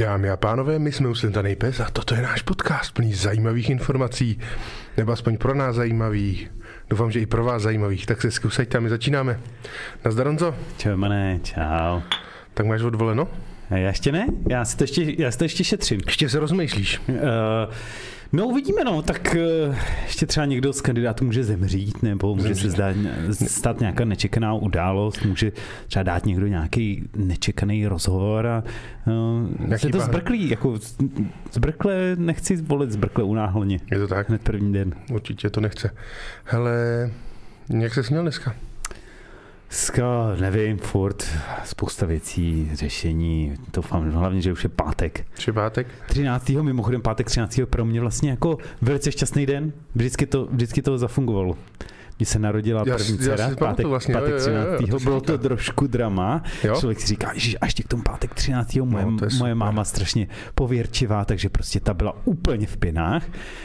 Dámy a pánové, my jsme Uslintanej pes a toto je náš podcast plný zajímavých informací, nebo aspoň pro nás zajímavých. Doufám, že i pro vás zajímavých, tak se zkusaďte a my začínáme. Nazdar, Honzo. Čau, Mané, čau. Tak máš odvoleno? Já ještě ne, já si to ještě šetřím. Ještě se rozmýšlíš? No uvidíme, no, tak ještě třeba někdo z kandidátů může zemřít, nebo může se stát nějaká nečekaná událost, může třeba dát někdo nějaký nečekaný rozhovor a se to zbrklí, jako zbrkle, nechci volit zbrkle unáhleně. Je to tak? Hned první den. Určitě to nechce. Hele, jak jsi směl dneska? Nevím, furt spousta věcí, řešení, doufám, hlavně, že už je pátek. Je pátek? 13. mimochodem pátek 13. pro mě vlastně jako velice šťastný den, vždycky to zafungovalo. Mně se narodila první dcera, pátek 13. Bylo to trošku drama. Jo? Člověk si říká, že až k tomu pátek 13. moje máma strašně pověrčivá, takže prostě ta byla úplně v pinách.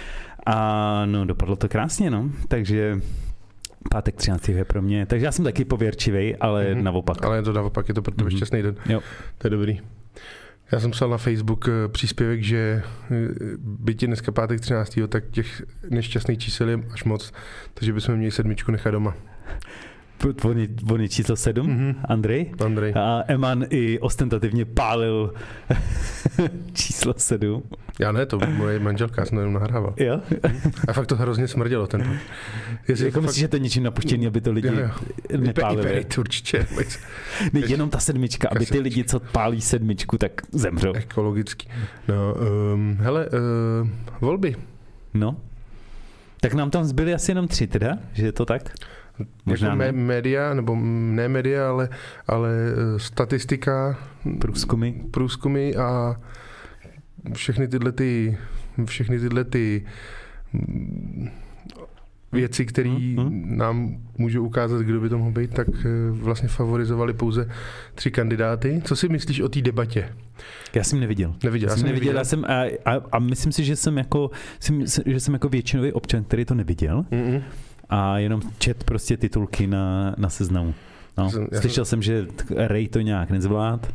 A no, dopadlo to krásně, no, takže pátek 13. je pro mě, takže já jsem taky pověrčivej, ale naopak. Ale je to naopak, je to pro tebe šťastný den. Jo. To je dobrý. Já jsem psal na Facebook příspěvek, že by ti dneska pátek 13. tak těch nešťastných čísel je až moc, takže bychom měli 7 nechat doma. On je číslo 7, Andrej. A Eman i ostentativně pálil číslo 7. Já ne, to moje manželka, já jsem to jenom nahrával. Jo? A fakt to hrozně smrdělo ten. Jako myslíš, že to je něčím napuštěný, aby to lidi nepálili? Určitě. Ne, jenom ta 7, aby ty lidi, co pálí 7, tak zemřou. Ekologicky. No, hele, volby. No. Tak nám tam zbyly asi jenom 3 teda, že je to tak? Možná jako média, nebo ne média, ale statistika, průzkumy a všechny tyhle ty věci, které nám můžou ukázat, kdo by to mohl být, tak vlastně favorizovali pouze 3 kandidáty. Co si myslíš o té debatě? Já jsem neviděl. Já jsem a myslím si, že jsem jako většinový občan, který to neviděl. A jenom čet prostě titulky na seznamu. No. Slyšel jsem, že Ray to nějak nezvlád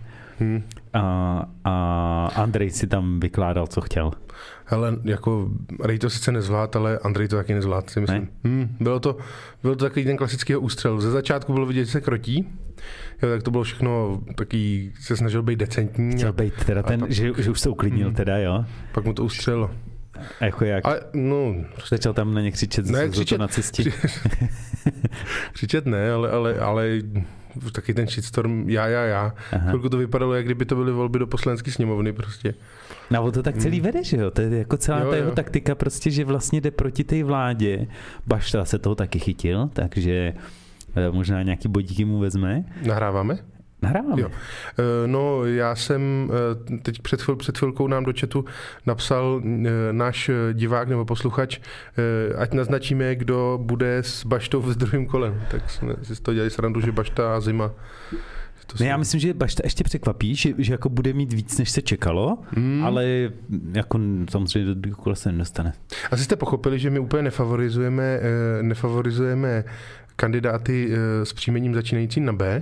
a Andrej si tam vykládal, co chtěl. Hele, jako Ray to sice nezvlád, ale Andrej to taky nezvlád, si myslím. Bylo to takový ten klasický ústřel. Ze začátku bylo vidět, že se krotí. Jo, tak to bylo všechno taky, se snažil být decentní. Chtěl být teda že už se uklidnil teda, jo? Pak mu to ustřelilo. A jako jak? Ale, no, začal tam na ně křičet, to nacisti. Křičet ne, ale taky ten shitstorm já. Chvilku to vypadalo, jak kdyby to byly volby do poslanecké sněmovny prostě. No to tak celý vede, že jo? To je jako celá ta jeho taktika prostě, že vlastně jde proti té vládě. Bašta se toho taky chytil, takže možná nějaký bodíky mu vezme. Nahráváme? Nahráváme. Jo. No, já jsem teď před chvilkou nám do chatu napsal náš divák nebo posluchač, ať naznačíme, kdo bude s Baštou v druhém kole. Tak jsme si to dělali srandu, že Bašta a Zima. Já myslím, že Bašta ještě překvapí, že jako bude mít víc, než se čekalo, ale jako samozřejmě do druhého kola se nedostane. Asi jste pochopili, že my úplně nefavorizujeme kandidáty s příjmením začínajícím na B.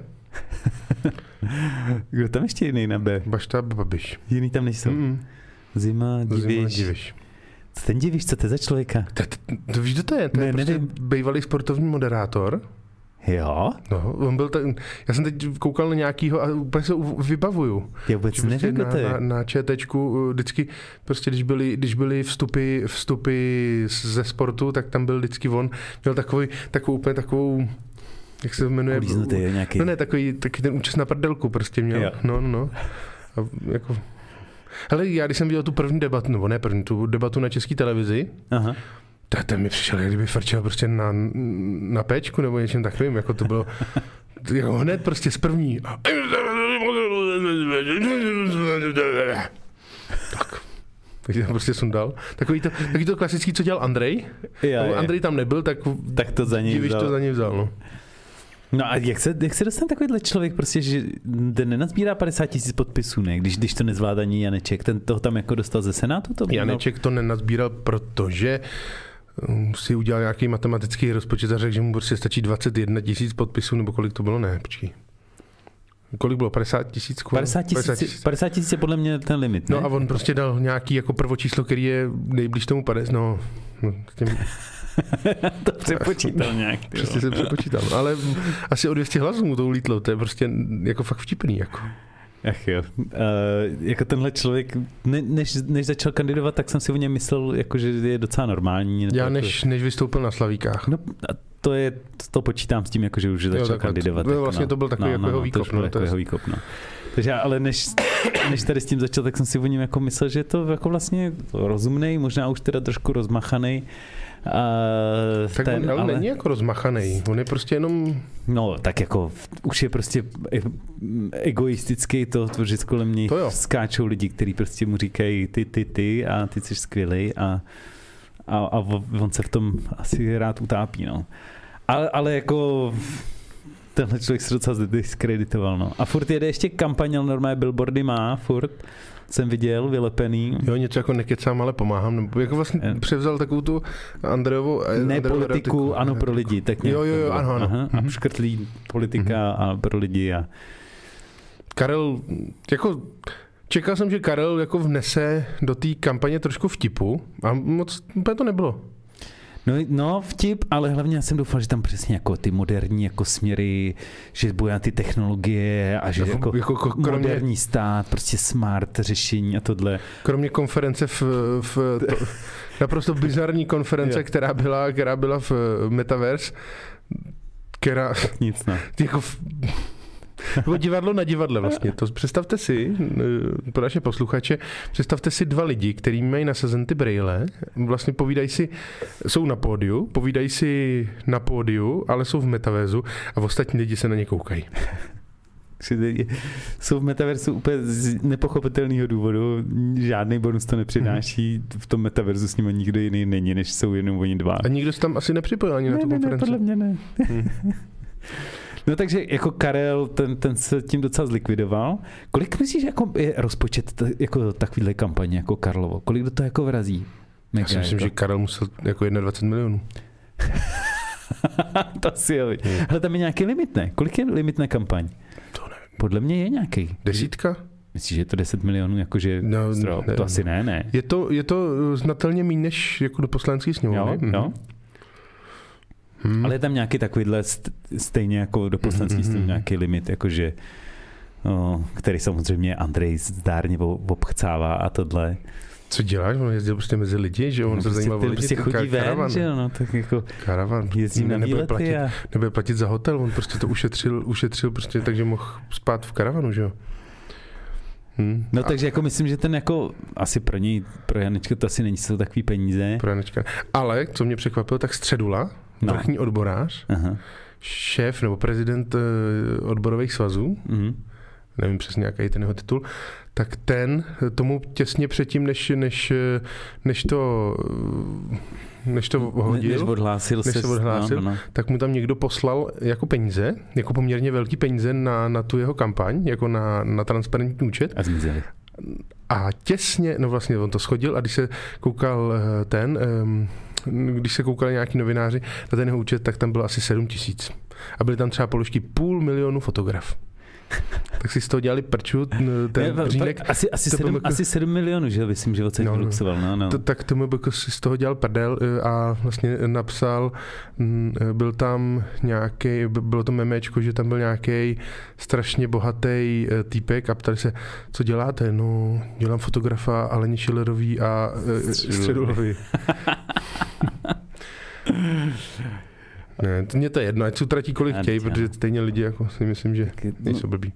Kdo tam ještě jiný na B? Bašta a Babiš. Jiný tam nejsou. Zima, Diviš. Co ten Diviš, co to je za člověka? To víš, kdo to je? To je prostě bývalý sportovní moderátor. Jo? No, on byl já jsem teď koukal na nějakýho a úplně se vybavuju. Já vůbec nevím, kdo to je. Na ČTčku vždycky, prostě když byly vstupy ze sportu, tak tam byl vždycky on. Měl takovou jak se jmenuje? Nějaký... No ne, taky ten účes na prdelku prostě měl. Jo. No. A jako... Hele, já když jsem viděl tu první debatu, nebo ne první, tu debatu na České televizi, ten mi přišel, jak kdyby frčel prostě na péčku nebo něčem takovým, jako to bylo jako hned prostě z první. Tak. Takže tam prostě sundal. Takový to klasický, co dělal Andrej. Andrej tam nebyl, tak to za něj vzal. To za něj vzal, no. No a jak se dostane takovýhle člověk, prostě, že ten nenazbírá 50 000 podpisů, ne? Když to nezvládá ani Janeček, ten toho tam jako dostal ze Senátu? Janeček to nenazbíral, protože si udělal nějaký matematický rozpočet a řekl, že mu prostě stačí 21 000 podpisů, nebo kolik to bylo, ne, počkej. Kolik bylo? 50 000? 50 000 je podle mě ten limit, ne? No a on prostě dal nějaký jako prvočíslo, který je nejblíž tomu 50, to přepočítal nějak. Přesně jsem přepočítal, ale asi o 200 hlasů mu to ulítlo, to je prostě jako fakt vtipný. Jako. Ach jo, jako tenhle člověk, než začal kandidovat, tak jsem si o něm myslel, jako, že je docela normální. Já než vystoupil na Slavíkách. No to počítám s tím, jako, že už začal kandidovat. No, vlastně to byl takový jeho výkop. Takže ale než tady s tím začal, tak jsem si o něm jako myslel, že je to jako vlastně rozumnej, možná už teda trošku rozmachanej. Tak on není jako rozmachanej, on je prostě jenom... No, tak jako už je prostě egoistický, to vždycky kolem mě skáčou lidi, kteří prostě mu říkají ty a ty jsi skvělej a on se v tom asi rád utápí, no. Ale jako tenhle člověk se docela diskreditoval, no. A furt jede ještě kampaň, ale normálně billboardy má, furt jsem viděl, vylepený. Jo, něco jako nekecám, ale pomáhám. Nebo jako vlastně převzal takovou tu Andrejovu... Ne politiku, ano pro lidi. Tak jo, ano. A škrtlí politika a pro lidi. A... Karel, jako... Čekal jsem, že Karel jako vnese do té kampaně trošku vtipu a moc úplně to nebylo. No vtip, ale hlavně já jsem doufal, že tam přesně jako ty moderní jako směry, že budou ty technologie a že jako moderní stát, prostě smart řešení a tohle. Kromě konference naprosto bizarní konference, která byla v Metaverse, která... Nic, no. Jako Bylo divadlo na divadle vlastně. To představte si, pro naše posluchače, představte si dva lidi, kteří mají nasazen ty brejle, vlastně povídají si, jsou na pódiu, povídají si na pódiu, ale jsou v metaverzu a ostatní lidi se na ně koukají. Jsou v metaverzu úplně z nepochopitelného důvodu, žádný bonus to nepřináší, v tom metaverzu s nimi nikdo jiný není, než jsou jenom oni dva. A nikdo se tam asi nepřipojil ani na tu konferenci? Ne, podle mě ne. No takže jako Karel, ten se tím docela zlikvidoval. Kolik myslíš, jako je rozpočet jako takovýhle kampaně jako Karlovo? Kolik do toho jako vrazí? Já si myslím, že Karel musel jako 21 milionů. To si jo. Ale tam je nějaký limit, ne? Kolik je limit na kampaň? To nevím. Podle mě je nějaký. 10? Myslíš, že je to 10 milionů? Jakože strop? To asi ne. Je to znatelně méně než jako do poslanecké sněmovny. Jo. Ale je tam nějaký takovýhle stejně jako do poslanecký sněmovny nějaký limit, jakože který samozřejmě Andrej zdárně obchcává a tohle. Co děláš? On jezdil prostě mezi lidi, že on se zajímal o lidi. Prostě chodí ven, že no, tak jako karavan. Jezdí na výlety a... Nebude platit za hotel, on prostě to ušetřil prostě, takže mohl spát v karavanu, že jo. No takže jako myslím, že ten jako asi pro něj, pro Janečka to asi není jsou takový peníze. Pro Janečka. Ale, co mě překvapilo, tak Středula, vrchní odborář, šéf nebo prezident odborových svazů, nevím přesně, jaký je ten jeho titul, tak ten tomu těsně předtím, než to hodil, než odhlásil, tak mu tam někdo poslal jako peníze, jako poměrně velký peníze na tu jeho kampaň, jako na transparentní účet. A zmizeli. A těsně, no vlastně on to shodil a když se koukali nějaký novináři na ten jeho účet, tak tam bylo asi 7 000. A byly tam třeba položky 500 000 fotograf. Tak si z toho dělali prču, ten Břínek. Asi 7 milionů, že myslím, že ocet luxoval. No. Tak tomu si z toho dělal prdel a vlastně napsal, bylo to memečko, že tam byl nějaký strašně bohatý týpek a ptali se, co děláte? No, dělám fotografa Aleně Schillerový a Středulovi. Ne, mně to je jedno, ať si utratí kolik chtějí, protože stejně lidi jako si myslím, že nejsou blbí.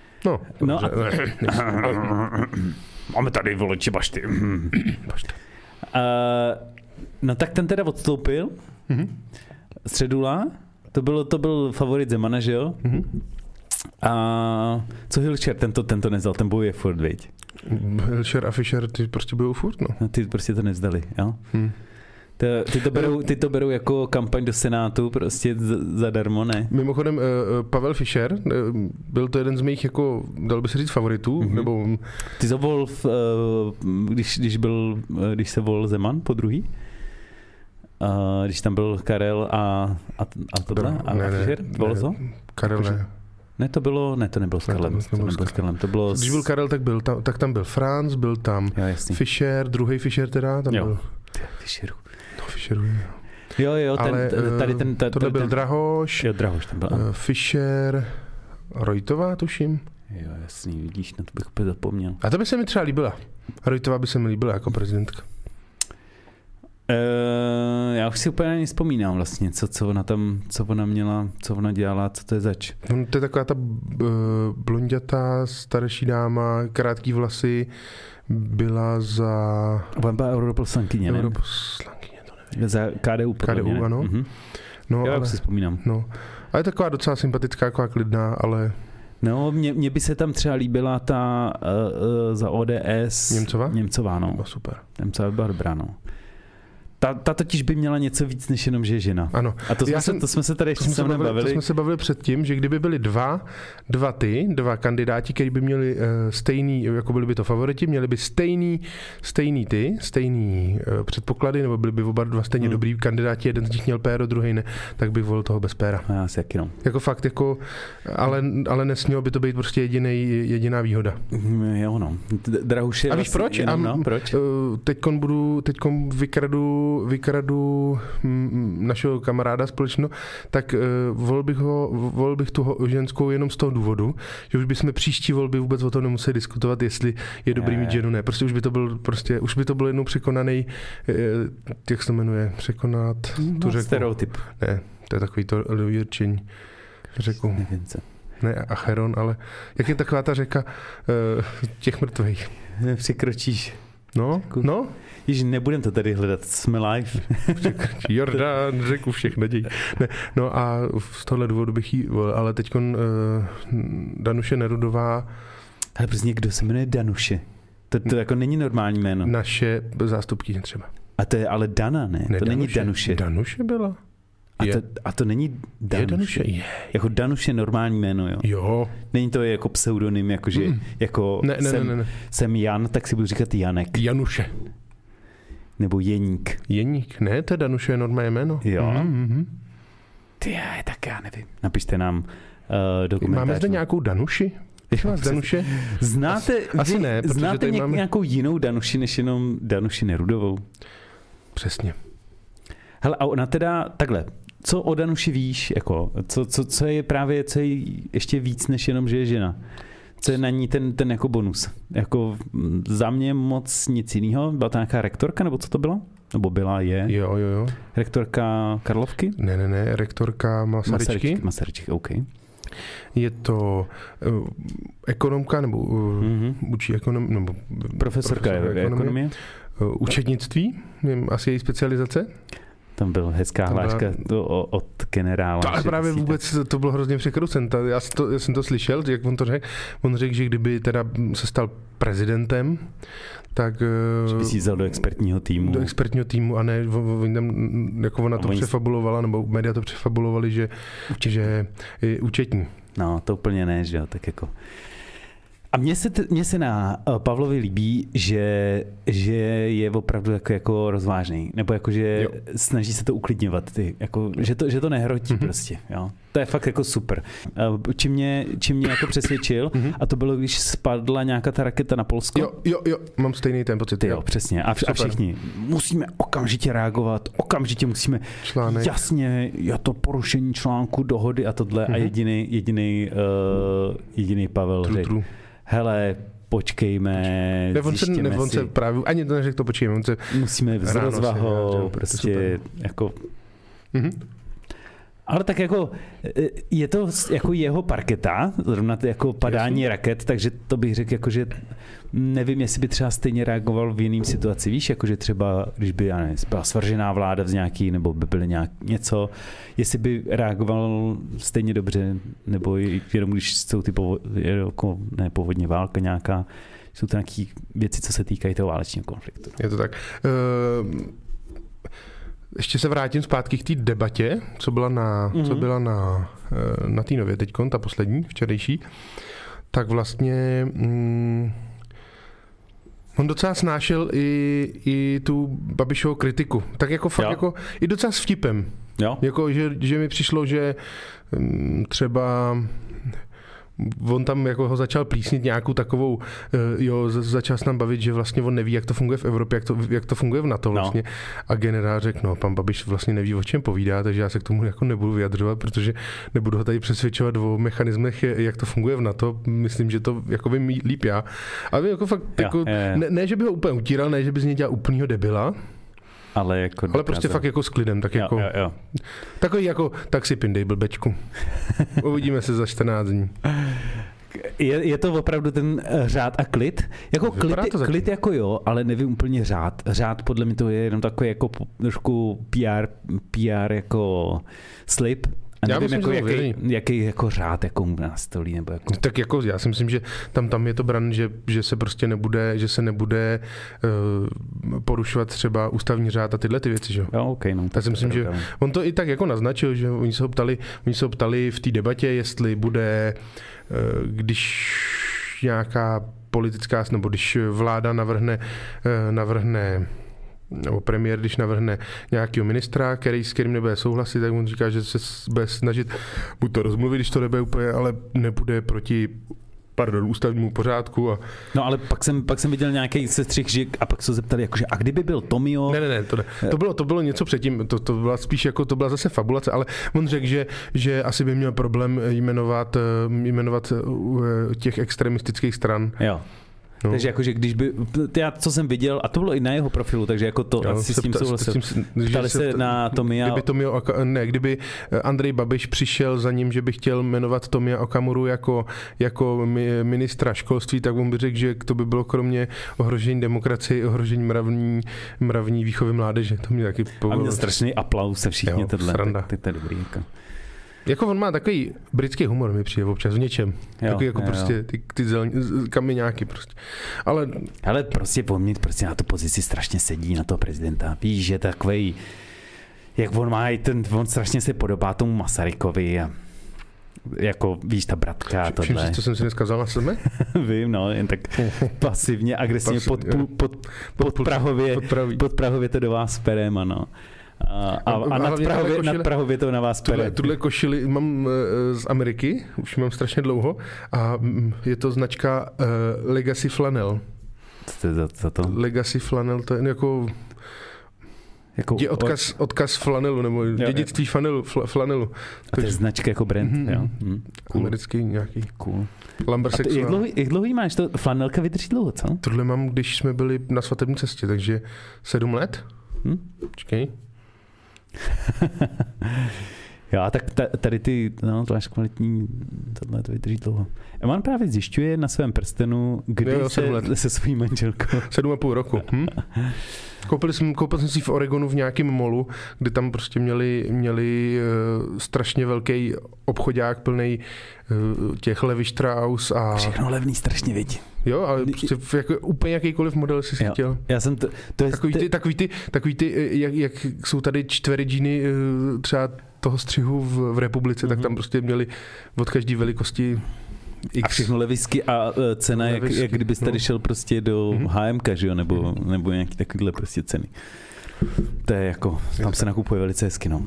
Máme tady voliči bašty. No tak ten teda odstoupil. Středula, to byl favorit Zemana, že jo? A co Hilšer, tento nezdal, ten bojuje furt, viď? Hilšer a Fischer, ty prostě bojujou furt, no. Ty prostě to nevzdali, jo? Ty to berou jako kampaň do Senátu prostě zadarmo, ne? Mimochodem Pavel Fischer, byl to jeden z mých, jako, dal by se říct, favoritů, nebo... Ty jsi volil, když se volil Zeman po druhý? Když tam byl Karel a Fischer? Volil to? Karel ne. To nebylo s Karlem. To bylo Když byl Karel, tak tam byl Franz, byl tam Fischer, druhý Fischer teda, tam byl. Fischeru. No, Fischeru, Jo, tohle byl Drahoš. Jo, Drahoš tam byl. Fischer, Rojtová, tuším. Jo, jasný, vidíš, na to bych úplně zapomněl. A to by se mi třeba líbila. Rojtová by se mi líbila jako prezidentka. Já už si úplně ani vzpomínám vlastně, co ona měla, co ona dělala, co to je zač. No, to je taková ta blondětá starší dáma, krátký vlasy, byla za... Ona byla europoslankyně, ne? Europoslankyně, to nevím. Za KDU, KDU, ano. Mm-hmm. No, já už si vzpomínám. No, ale je taková docela sympatická, taková klidná, ale... No, mně by se tam třeba líbila ta za ODS... Němcová, no. No, super. Němcová byla dobrá, no. Ta totiž by měla něco víc, než jenom, že je žena. Ano. A to jsme se tady ještě bavili. To jsme se bavili předtím, že kdyby byli dva kandidáti, kteří by měli stejný, jako byli by to favoriti, měli by stejný předpoklady, nebo byli by oba dva stejně dobrý kandidáti, jeden z nich měl péro, druhý ne, tak bych volil toho bez péra. Já si jaký no. Jako fakt, jako, ale nesmělo by to být prostě jediná výhoda. Jo, no. Drahuš je a víš proč? Proč? Teďkon vykradu našeho kamaráda společného, tak volil bych tu ženskou jenom z toho důvodu, že už bychom příští volby vůbec o tom nemuseli diskutovat, jestli je dobrý mít ženu, ne. Prostě už by to byl jednou překonaný, jak se to jmenuje, překonat tu řeku. Stereotyp. Ne, to je takový to lidový řeku. Ne Acheron, ale jak je taková ta řeka těch mrtvých? Překročíš. No. Již nebudem to tady hledat, jsme live. Jordán, řeku všech nadějí. Ne, no a z tohle důvodu bych jí volil, ale teďkon Danuše Nerudová. Ale prostě někdo se jmenuje Danuše. To jako není normální jméno. Naše zástupkyně třeba. A to je ale Dana, ne? To není Danuše. Danuše byla. A to není Danuše. Je Danuše, je. Jako Danuše je normální jméno, jo? Jo. Není to jako pseudonym, jakože jako jsem Jan, tak si budu říkat Janek. Januše. Nebo Jeník. Jeník, ne, to Danuše je normální jméno. Jo. Tak já nevím. Napište nám dokumentář. Máme zde nějakou Danuši? Danuše? Znáte nějakou jinou Danuši, než jenom Danuši Nerudovou? Přesně. Hele, a ona teda, takhle, co o Danuši víš, jako, co je právě, co je ještě víc, než jenom, že je žena? Co je na ní ten jako bonus? Jako za mě moc nic jiného. Byla to nějaká rektorka, nebo co to bylo? Nebo byla, je? Jo. Rektorka Karlovky? Ne, rektorka Masaryčky. Masaryčky, OK. Je to ekonomka, nebo učí ekonom, nebo profesorka ekonomie. Účetnictví, asi její specializace. Tam byla hezká hláška od generála. To ale právě vůbec to bylo hrozně překrucen. Já jsem to slyšel, jak on to řekl. On řekl, že kdyby teda se stal prezidentem, tak... Že by si vzal do expertního týmu. Do expertního týmu a ne, jako ona to přefabulovala, nebo média to přefabulovali, že je účetní. No, to úplně ne, že jo, tak jako... A mně se na Pavlovi líbí, že je opravdu jako rozvážný, nebo jako, že snaží se to uklidňovat, jako, že to nehrotí prostě, jo. To je fakt jako super. Čím mě jako přesvědčil, a to bylo, když spadla nějaká ta raketa na Polsko. Jo, mám stejný ten pocit. Jo, přesně. A všichni musíme okamžitě reagovat, okamžitě musíme článek. Jasně, je to porušení článku dohody a tohle a jediný Pavel řekl. Hele, počkejme, zjištěme on se právě, ani to neřekl to počkejme, musíme s rozvahou, prostě jako... Ale tak jako je to jako jeho parketa, zrovna jako padání raket, takže to bych řekl, jako, že nevím, jestli by třeba stejně reagoval v jiným situaci, víš, jakože třeba, když by byla svržená vláda z nějaký, nebo by byly něco, jestli by reagoval stejně dobře, nebo jenom když jsou ty povodně válka nějaká, jsou to nějaké věci, co se týkají toho válečního konfliktu. Je to tak. Ještě se vrátím zpátky k té debatě, co byla na Týnově teďkon, ta poslední, včerejší. Tak vlastně on docela snášel i tu Babišovu kritiku. Tak jako fakt jako i docela s vtipem. Jo. Jako, že mi přišlo, že třeba on tam jako ho začal plísnit nějakou takovou, začal se nám bavit, že vlastně on neví, jak to funguje v Evropě, jak to funguje v NATO vlastně. No. A generál řekl, no, pan Babiš vlastně neví, o čem povídá, takže já se k tomu jako nebudu vyjadřovat, protože nebudu ho tady přesvědčovat o mechanismech, jak to funguje v NATO. Myslím, že to jako vím líp já. Ale jako fakt, jako, ne, že by ho úplně utíral, ne, že by z něj dělal úplnýho debila, ale prostě fakt jako s klidem, tak jako takový jako tak si pindej blbečku. Uvidíme se za 14 dní. Je to opravdu ten řád a klid? Jako klid jako jo, ale nevím úplně řád. Řád podle mě to je jenom takový jako trošku PR jako slib. A nevím, jako jaký jako řád jako nastolí, nebo jako... Tak jako já si myslím, že tam je to bran, že se prostě nebude porušovat třeba ústavní řád a tyhle ty věci, že jo? Okay, no, já si myslím, že on to i tak jako naznačil, že oni se ho ptali v té debatě, jestli bude, když nějaká politická, nebo když vláda navrhne nebo premiér, když navrhne nějakého ministra, s kterým nebude souhlasit, tak on říká, že se bude snažit buď to rozmluvit, když to nebude úplně, ale nebude proti ústavnímu pořádku. No ale pak jsem viděl nějaký sestřih, že a pak se zeptali, jakože, a kdyby byl Tomio? Ne, to bylo něco předtím, to byla spíš jako, to byla zase fabulace, ale on řekl, že asi by měl problém jmenovat těch extremistických stran. Jo. No. Takže jakože když by, já co jsem viděl, a to bylo i na jeho profilu, takže jako to asi s tím souhlasil. Ptali se na Tomia. Kdyby Andrej Babiš přišel za ním, že by chtěl jmenovat Tomia Okamuru jako ministra školství, tak on by řekl, že to by bylo kromě ohrožení demokracie, ohrožení mravní výchovy mládeže. To mě taky a měl strašný aplaus se všichni tohle. To je dobrý. Jako on má takový britský humor, mi přijde občas v něčem. Takový jako prostě ty kamiňáky prostě. Ale prostě pomít, prostě na tu pozici strašně sedí na toho prezidenta. Víš, že takovej, jak on má, on strašně se podobá tomu Masarykovi a jako, víš, ta bratka a tohle. Všim si, co jsem si dneska vzal na sebe? Vím, no, jen tak pasivně, agresivně pod Prahově to do vás perem, ano. A nad Prahově to na vás pere. Tuhle košili mám z Ameriky, už mám strašně dlouho a je to značka Legacy Flannel. Co to je za to? Legacy Flannel, to je jako je odkaz flanelu, nebo dědictví flanelu. A to je značka jako brand, jo? Cool. Americký nějaký. Cool. Lambersex. Jak dlouhý máš to? Flanelka vydrží dlouho, co? Tohle mám, když jsme byli na svatební cestě, takže 7 let. Počkej. Jo, tak tady to máš kvalitní, tohle to vydrží dlouho. Eman právě zjišťuje na svém prstenu, kdy se svojí manželkou. 7,5 roku. Koupil jsem si v Oregonu v nějakém molu, kde tam prostě měli strašně velký obchodák plný těch Levi Strauss a... Všechno levný, strašně vidí. Jo, ale prostě jako úplně jakýkoliv model si chtěl. Já jsem takový ty, jak jsou tady 4 džíny třeba toho střihu v republice, tak tam prostě měli od každé velikosti X. A všechno levisky a cena, jak kdybyste tady šel prostě do HMK, že jo, nebo nějaký takovýhle prostě ceny. To je jako, tam se nakupuje velice hezky, no.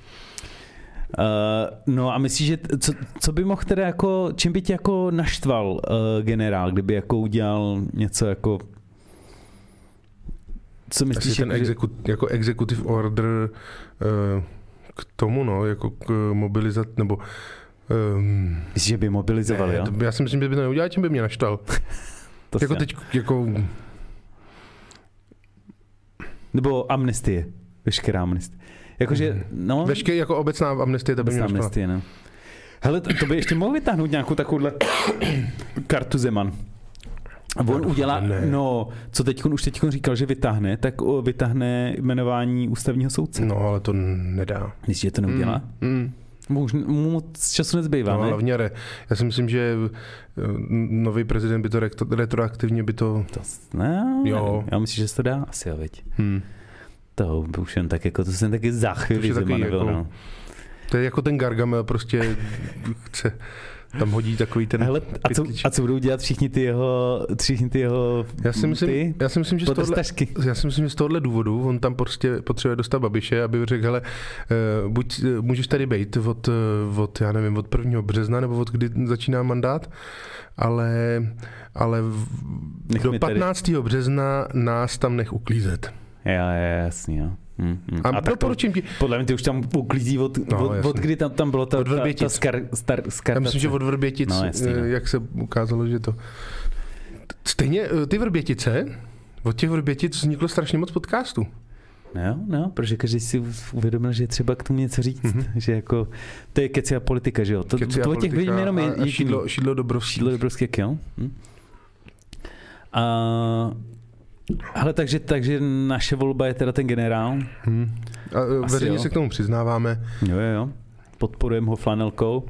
No a myslíš, že co by mohl teda jako, čím by tě jako naštval generál, kdyby jako udělal něco jako, co myslíš? Asi ten jako executive order k tomu, no, jako k mobilizaci, nebo myslíš, že by mobilizovali, jo? Já si myslím, že by to neudělal, tím by mě naštal. Jako teď, jako... Nebo amnestie, veškerá amnestie. Jakože, no... Jako obecná amnestie, to by mě naštala. Amnestie, ne. Hele, to by ještě mohl vytáhnout nějakou takovouhle kartu Zeman. On udělá, no, co už teď říkal, že vytáhne, tak vytáhne jmenování ústavního soudce. No, ale to nedá. Myslíš, že to neudělá? Mu moc času nezbývá, no, ne? Hlavně já si myslím, že nový prezident by to retroaktivně by to... Jo. Já myslím, že se to dá asi, veď. To už jen tak jako, to jsem taky za chvíli Zeman nebyl, no. To je jako ten Gargamel, prostě chce tam hodí takový ten... Hele, a co budou dělat všichni ty jeho já si myslím, že z tohohle důvodu on tam prostě potřebuje dostat Babiše, aby řekl, hele, buď můžeš tady bejt od 1. března, nebo od kdy začíná mandát, ale do 15. března nás tam nech uklízet. Jasný, jo. A doporučím ti. Podle mě ty už tam uklízí od kdy tam bylo ta já myslím, že od Vrbětic, jak se ukázalo, že to... Stejně ty Vrbětice, od těch Vrbětic vzniklo strašně moc podcastů. No, protože každý si uvědomil, že je třeba k tomu něco říct, že jako, to je Keci a politika, že jo? To těch vidíme jenom Šídlo Dobrovský, jak jo? Ale takže naše volba je teda ten generál. A veřejně se k tomu přiznáváme. Jo. Podporujeme ho flanelkou.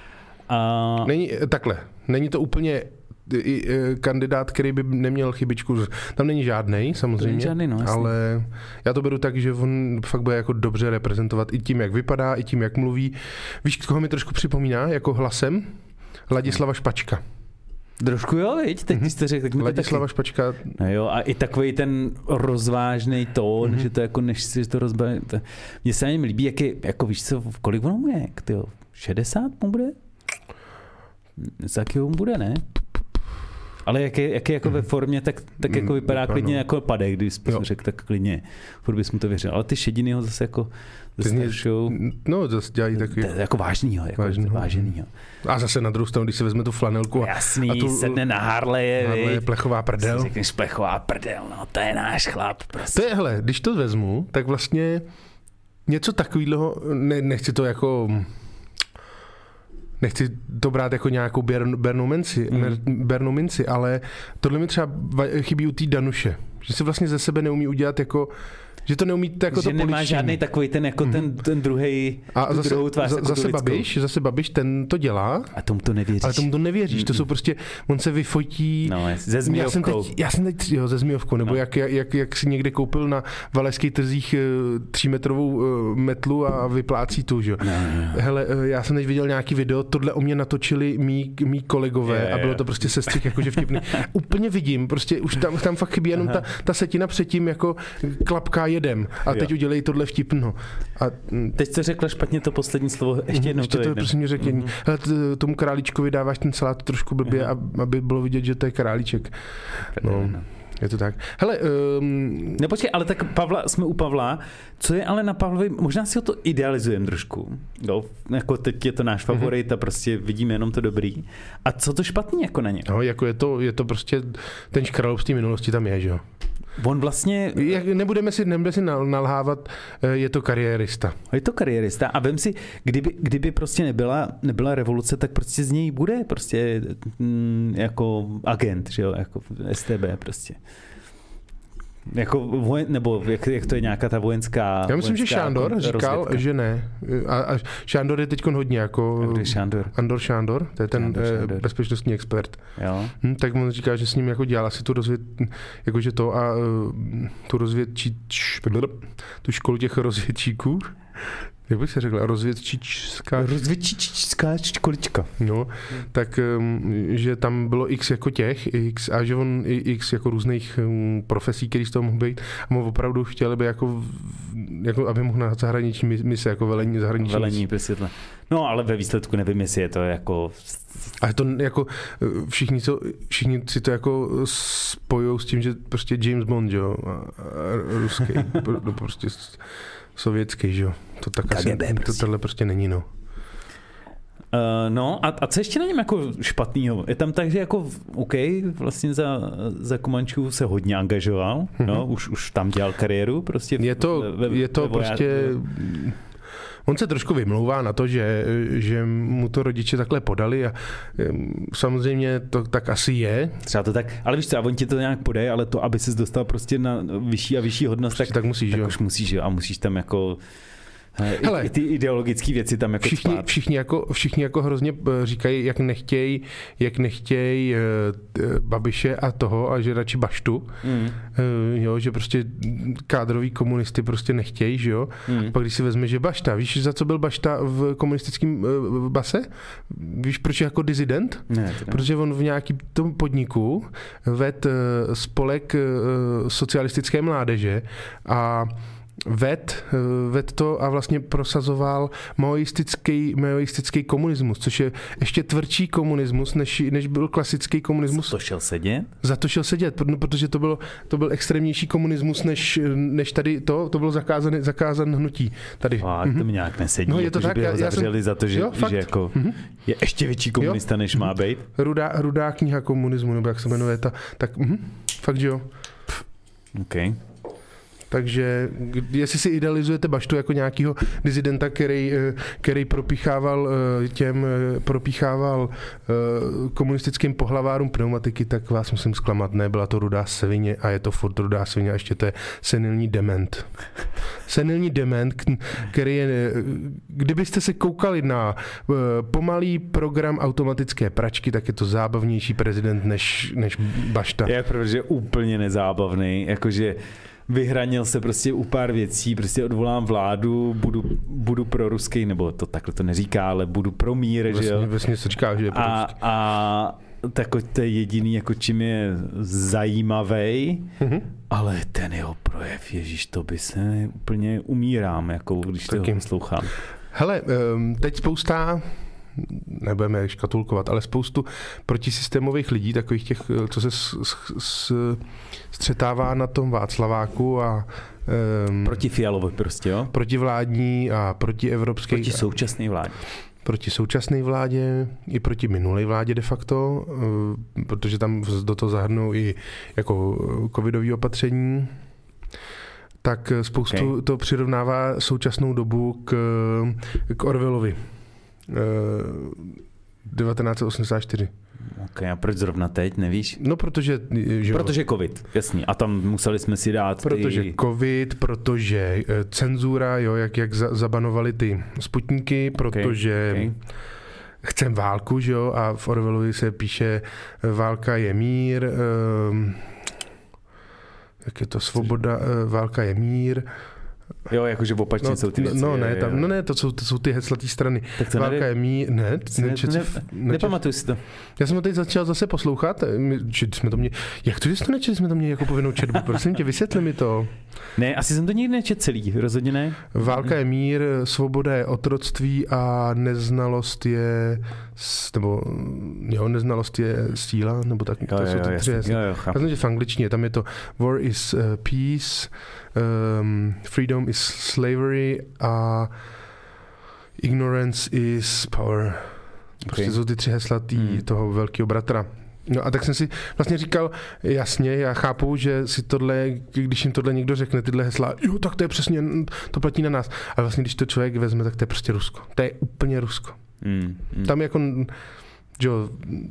Není to úplně kandidát, který by neměl chybičku. Tam není žádnej, samozřejmě, ale já to beru tak, že on fakt bude jako dobře reprezentovat i tím, jak vypadá, i tím, jak mluví. Víš, koho mi trošku připomíná jako hlasem? Ladislava Špačka. Trošku jo, viď? Teď jste řekl, tak mi Ladislava Špačka. No jo, a i takový ten rozvážnej tón, že to jako než si to rozbaví. Mně se na něm líbí, jako víš co, kolik ono mu je? 60 mu bude? Taky mu bude, ne? Ale jak je jako ve formě, tak jako vypadá klidně jako Padek, když jsi řekl, tak klidně. Furt bys mu to věřil. Ale ty šediny ho zase jako zastrašujou. No, zase dělají takový. Jako vážnýho. A zase na druhou stranu, když se vezme tu flanelku a tu sedne na Harleje. Harleje plechová prdel. Si řekneš plechová prdel, no to je náš chlap. Prostě. To je, hele, když to vezmu, tak vlastně něco takového, nechci to jako... Nechci to brát jako nějakou bernou minci, ale tohle mi třeba chybí u té Danuše. Že se vlastně ze sebe neumí udělat jako... Že to neumí jako že to poličení. Nemá žádný takový ten, jako ten druhej, a druhou tvář. Zase Babiš, ten to dělá. A tomu to nevěříš. Ale tomu to nevěříš. To jsou prostě, on se vyfotí. No, se Zmijovkou. Já jsem teď se Zmijovkou, nebo jak si někde koupil na Valašských trzích 3metrovou metlu a vyplácí tu, že? No. Hele, já jsem teď viděl nějaký video, tohle o mě natočili mý kolegové a bylo to prostě sestřih jakože vtipný. Úplně vidím, prostě už tam fakt chybí jenom ta setina předtím jako klapka jedem a teď udělej tohle vtipno. A teď jsi řekla špatně to poslední slovo, ještě jednou to jedem. Prosím mě řekni. Tomu králíčkovi dáváš ten salát trošku blbě, aby bylo vidět, že to je králíček. No. Je to tak. Hele, Počkej, ale tak jsme u Pavla. Co je ale na Pavlovi, možná si ho to idealizujeme trošku. Jo, jako teď je to náš favorit a prostě vidíme jenom to dobrý. A co to špatný jako na ně? No, jako je to prostě ten škralob z té minulosti tam je, že jo. On vlastně... Nebudeme si nalhávat, je to kariérista. Je to kariérista a vem si, kdyby prostě nebyla revoluce, tak prostě z něj bude prostě jako agent, že jo, jako STB prostě. Jako nebo jak to je nějaká ta vojenská... Já myslím, že Šándor říkal, rozvědka. Že ne. A Šándor je teď hodně jako... A kdo je Šándor? Andor Šándor, to je ten bezpečnostní expert. Jo. Tak on říká, že s ním jako dělal asi tu jakože to a tu školu těch rozvědčíků. Jak bych se řekl, rozvědčíčská školička. No, tak, že tam bylo x jako x a že on x jako různých profesí, který z toho mohl být a on opravdu chtěl by jako aby mohl na zahraniční mise, jako velení zahraniční mise. No, ale ve výsledku nevím, jestli je to jako... Ale to jako všichni si to jako spojujou s tím, že prostě James Bond, jo, a ruský, prostě sovětský, že jo. To tak asi, to tohle prostě není, no. No a co ještě na něm jako špatnýho? Je tam tak, že jako OK, vlastně za Komančů se hodně angažoval, no, už tam dělal kariéru, prostě. Je to prostě... On se trošku vymlouvá na to, že mu to rodiče takhle podali a samozřejmě to tak asi je. Třeba to tak, ale víš co, a on ti to nějak podají, ale to, aby ses dostal prostě na vyšší a vyšší hodnost, tak musíš, jo. Už musíš, jo, a musíš tam jako I ty ideologické věci tam jako všichni jako hrozně říkají, jak nechtějí Babiše a toho a že radši Baštu. Jo, že prostě kádroví komunisty prostě nechtějí, že jo. Pak když si vezme, že Bašta, víš, za co byl Bašta v komunistickém base? Víš, proč je jako dizident? Ne, protože on v nějakém tom podniku vedl spolek socialistické mládeže a ved to a vlastně prosazoval maoistický komunismus, což je ještě tvrdší komunismus, než byl klasický komunismus. Za to šel sedět? Za to šel sedět, protože to byl extrémnější komunismus, než tady to bylo zakázan hnutí. Tady. To mi nějak nesedí. No, je to tak, by ho zavřeli za to, že jako je ještě větší komunista, než má být. Rudá kniha komunismu, nebo jak se jmenuje ta, tak fakt, že jo. Okay. Takže jestli si idealizujete Baštu jako nějakého dizidenta, který propíchával komunistickým pohlavárům pneumatiky, tak vás musím zklamat. Ne, byla to rudá svině a je to furt rudá svině a ještě to je senilní dement. Senilní dement, který je, kdybyste se koukali na pomalý program automatické pračky, tak je to zábavnější prezident než Bašta. Jak protože úplně nezábavný, jakože vyhranil se prostě u pár věcí, prostě odvolám vládu, budu pro ruský, nebo to takhle to neříká, ale budu pro mír, že jo. Vlastně se říká, že je pro ruský. A to je jediný, jako čím je zajímavý, ale ten jeho projev, ježiš, to by se úplně umírám, jako když to poslouchám. Hele, teď spousta, nebudeme škatulkovat, ale spoustu protisystémových lidí, takových těch, co se střetává na tom Václaváku a proti Fialovi prostě, jo? Protivládní a protievropské. Proti současné vládě. Proti současné vládě i proti minulé vládě de facto, protože tam do toho zahrnou i jako covidové opatření. Tak spoustu to přirovnává současnou dobu k Orwellovi. 1984. Ok, a proč zrovna teď, nevíš? No, protože covid, jasně. A tam museli jsme si dát protože covid, protože cenzura, jo, jak zabanovali ty Sputniky, protože chcem válku, že jo, a v Orwellovi se píše válka je mír, jak je to svoboda, válka je mír. Jo, jakože opačně jsou ty věci. To jsou ty heslatý strany. Válka je mír, nepamatuji si to. Já jsem to teď začal zase poslouchat. Jak to, že jsi to nečetl, jsme to měli jako povinnou četbu? Prosím tě, vysvětli mi to. Ne, asi jsem to nikdy nečetl celý, rozhodně ne. Válka je mír, svoboda je otroctví a neznalost je neznalost je síla, nebo tak. To jsou ty tři hesla. Já jsem, že v angličtině, tam je to war is peace, freedom is slavery a ignorance is power. Prostě jsou ty tři hesla toho velkého bratra. No a tak jsem si vlastně říkal, jasně, já chápu, že si tohle, když jim tohle někdo řekne, tyhle hesla, jo, tak to je přesně, to platí na nás. Ale vlastně, když to člověk vezme, tak to je prostě Rusko. To je úplně Rusko. Tam jako, jo,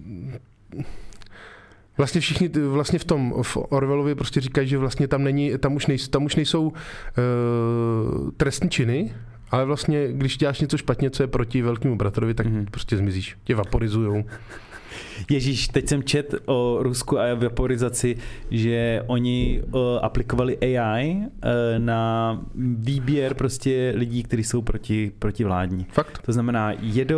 vlastně všichni, vlastně v Orwellově prostě říkají, že vlastně tam už nejsou trestní činy, ale vlastně, když děláš něco špatně, co je proti velkému bratrovi, tak prostě zmizíš. Tě vaporizujou. Ježíš, teď jsem čet o Rusku a vaporizaci, že oni aplikovali AI na výběr prostě lidí, kteří jsou protivládní. Fakt? To znamená,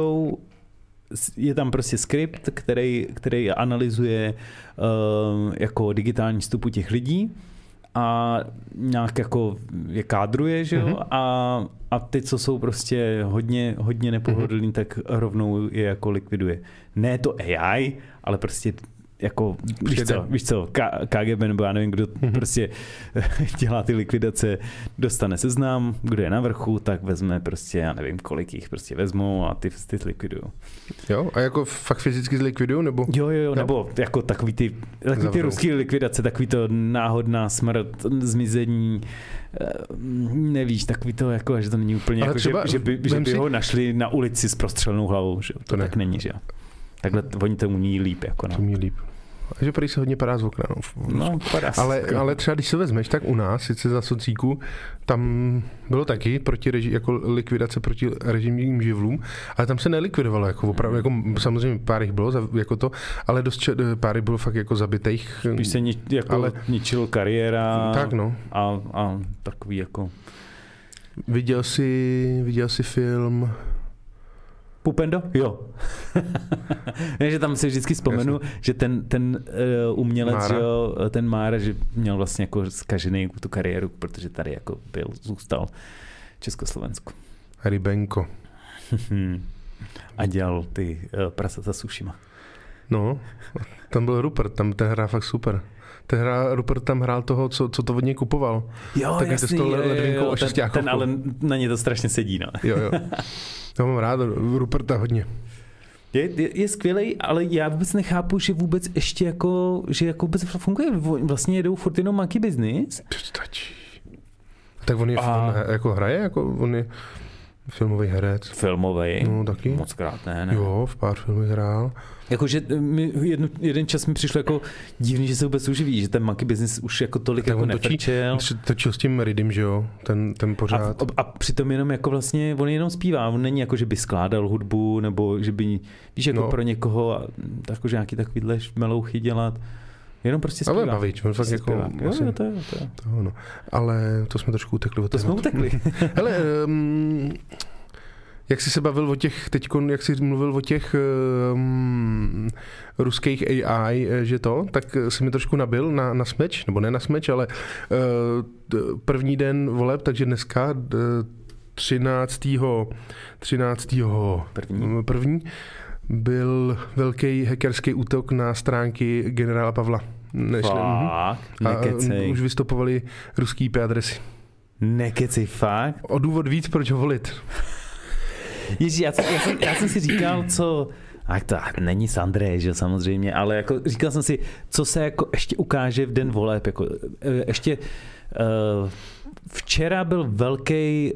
je tam prostě skript, který analyzuje jako digitální vstupu těch lidí a nějak jako je kádruje, že jo? A ty, co jsou prostě hodně nepohodlní, tak rovnou je jako likviduje. Ne to AI, ale prostě jako, víš co, KGB nebo já nevím, kdo prostě dělá ty likvidace, dostane seznam, kdo je na vrchu, tak vezme prostě, já nevím, kolik jich prostě vezmou a ty likvidujou. Jo, a jako fakt fyzicky zlikvidujou, nebo? Jo, nebo jako takový ty ruský likvidace, takový to náhodná smrt, zmizení, nevíš, takový to jako, že to není úplně jako, že by ho našli na ulici s prostřelnou hlavou, že to tak není, že jo. Takhle oni to umí líp, jako no. To umí líp. že prý se hodně padá z okna. No, ale třeba když se vezmeš, tak u nás, sice za socíku, tam bylo taky jako likvidace proti režimním živlům, ale tam se nelikvidovalo, jako opravdu, jako samozřejmě pár jich bylo, jako to, ale dost pár bylo fakt jako zabitých. Spíš se ničil kariéra tak, no. a takový jako... Viděl jsi film... Pupendo? Jo. že tam si vždycky vzpomenu, že ten umělec, Mára. Jo, ten Mára, že měl vlastně jako zkažený tu kariéru, protože tady jako zůstal v Československu. Rybenko. A dělal ty prasata s ušima. No, tam byl Rupert, ten hrál fakt super. Rupert tam hrál toho, co to od něj kupoval. Jo, tak jasný, jo, ten ale na ně to strašně sedí, no. Jo. Já mám rád Ruperta hodně. Je skvělej, ale já vůbec nechápu, že vůbec ještě jako vůbec funguje. Vlastně jedou furt jenom Monkey Business. Stačí. Tak on je jako hraje, jako on je filmový herec. Filmový? No taky. Mockrát ne. Jo, v pár filmech hrál. Jakože jeden čas mi přišlo jako divný, že se vůbec uživí, že ten Monkey Business už jako tolik jako nefrčel. Točil s tím Riddim, že jo, ten pořád. A přitom jenom jako vlastně, on jenom zpívá, on není jako, že by skládal hudbu, nebo že by, víš, jako pro někoho, jakože nějaký takovýhle melouchy dělat. Jenom prostě zpívá. Ale bavíč, on fakt jako... Jo, to je. No. Ale to jsme trošku utekli od toho. To jsme utekli. Hele, jak jsi se bavil o těch, teďkon, jak jsi mluvil o těch ruských AI, že to, tak si mi trošku nabil na smeč, nebo ne na smeč, ale první den voleb, takže dneska 13. první byl velký hackerský útok na stránky generála Pavla. Už vystupovali ruský IP adresy. Nekecej, fakt? O důvod víc, proč ho volit. Ježí, já jsem si říkal, co... Ach, to není z Andreje, že samozřejmě, ale jako říkal jsem si, co se jako ještě ukáže v den voleb. Jako, ještě včera byl velký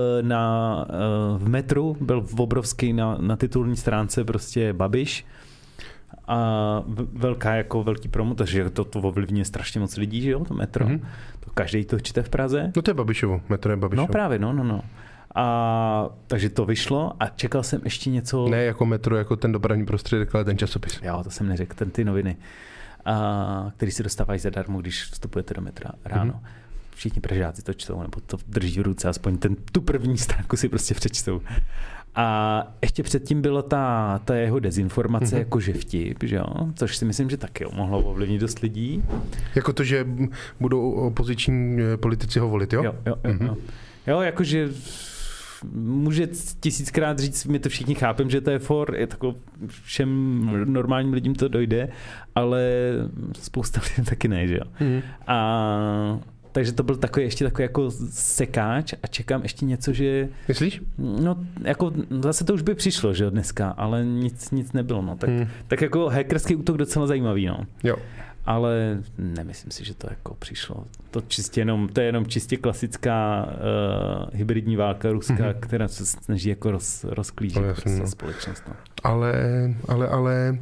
v metru, byl obrovský na titulní stránce prostě Babiš a velký promo, takže to ovlivňuje strašně moc lidí, že jo, to metro. Mm-hmm. To každý to čte v Praze. No to je Babišovo, metro je Babišovo. No právě, no. A takže to vyšlo a čekal jsem ještě něco... Ne jako metro, jako ten dopravní prostředek, ale ten časopis. Jo, to jsem neřekl, ty noviny, který si dostávají zadarmo, když vstupujete do metra ráno. Mm-hmm. Všichni Pražáci to čtou, nebo to drží v ruce, aspoň tu první stránku si prostě přečtou. A ještě předtím byla ta jeho dezinformace, jakože vtip, že jo? Což si myslím, že taky mohlo ovlivnit dost lidí. Jako to, že budou opoziční politici ho volit, jo? Jo. Jo, jakože může 1000krát říct, my to všichni chápem, že to je je tako, všem normálním lidem to dojde, ale spousta lidem taky ne, že jo? A takže to byl ještě takový jako sekáč a čekám ještě něco, že... Myslíš? No, jako zase to už by přišlo, že jo, dneska, ale nic nebylo, no. Tak jako hackerský útok docela zajímavý, no. Jo. Ale nemyslím si, že to jako přišlo. To je jenom čistě klasická hybridní válka ruská, která se snaží jako rozklížit společnost. No. Ale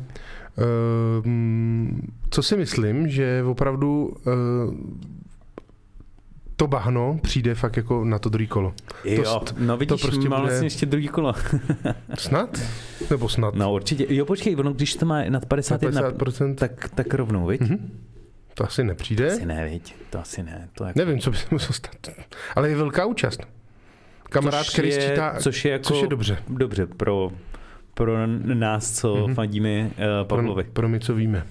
co si myslím, že opravdu to bahno přijde fakt jako na to druhý kolo. Jo, vidíš, to prostě má vlastně ještě druhý kolo. Snad? Nebo snad? No určitě. Jo, počkej, ono, když to má nad 51%, tak rovnou, viď? To asi nepřijde. Asi ne, viď? To asi ne. To jako... Nevím, co by se muselo stát. Ale je velká účast. Kamarád, který sčítá, což je dobře. Dobře pro nás, co fandíme Pavlovi. Pro my, co víme.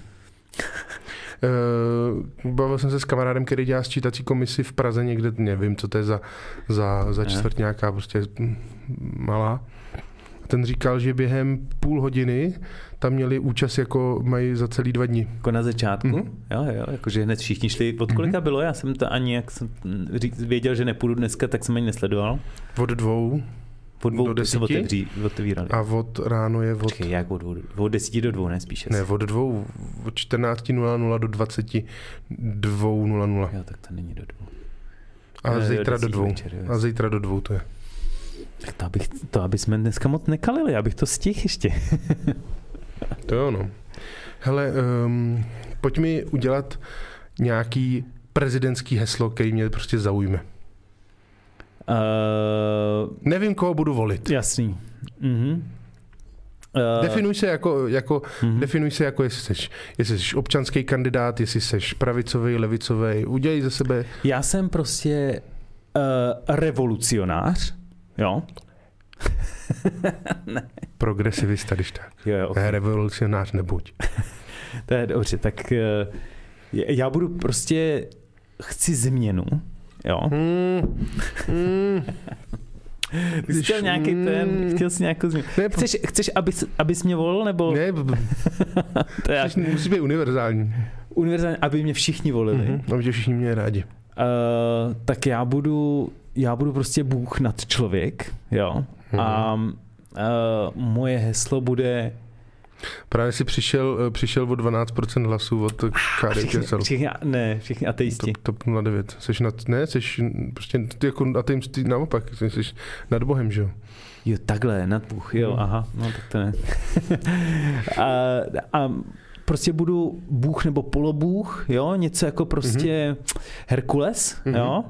Bavil jsem se s kamarádem, který dělá sčítací komisi v Praze někde, nevím, co to je za čtvrt nějaká prostě malá. Ten říkal, že během půl hodiny tam měli účast, jako mají za celý 2 dny. Jako na začátku? Jo, jakože hned všichni šli. Od kolika bylo? Já jsem to ani, jak jsem věděl, že nepůjdu dneska, tak jsem ani nesledoval. Od 2 do 10. Otevírali. A od ráno je Počkej, jak od 10 do 2, ne spíš? Ne, od 2, od 14:00 do 22:00. Jo, tak to není do 2. A zítra do 2. A zítra do 2 to je. Tak to aby jsme dneska moc nekalili, abych to stihl ještě. To jo, no. Hele, pojď mi udělat nějaký prezidentský heslo, který mě prostě zaujme. Nevím, koho budu volit. Jasný. Definuj se definuj se jako jestli jsi občanský kandidát, jestli jsi pravicový, levicový, udělej ze sebe. Já jsem prostě revolucionář, jo. Ne. Progresivista, když tak. Jo, okay. Ne, revolucionář nebuď. To je dobře, tak já budu prostě, chci změnu, jo. Chtěl nějaký chtěl jsi nějakou změnu. Chceš abys mě volil, nebo? Ne, musí být univerzální. Univerzální, aby mě všichni volili. Aby všichni mě rádi. Tak já budu prostě Bůh nad člověk, jo. A moje heslo bude... Právě si přišel o 12% hlasů od KDČSL. Všichni ateisti. TOP 09. Jsi prostě jako ateistí naopak. Jsi nad Bohem, že jo? Jo, takhle, nad Bůh, jo, aha. No tak to ne. a prostě budu Bůh nebo polobůh, jo? Něco jako prostě Herkules, jo?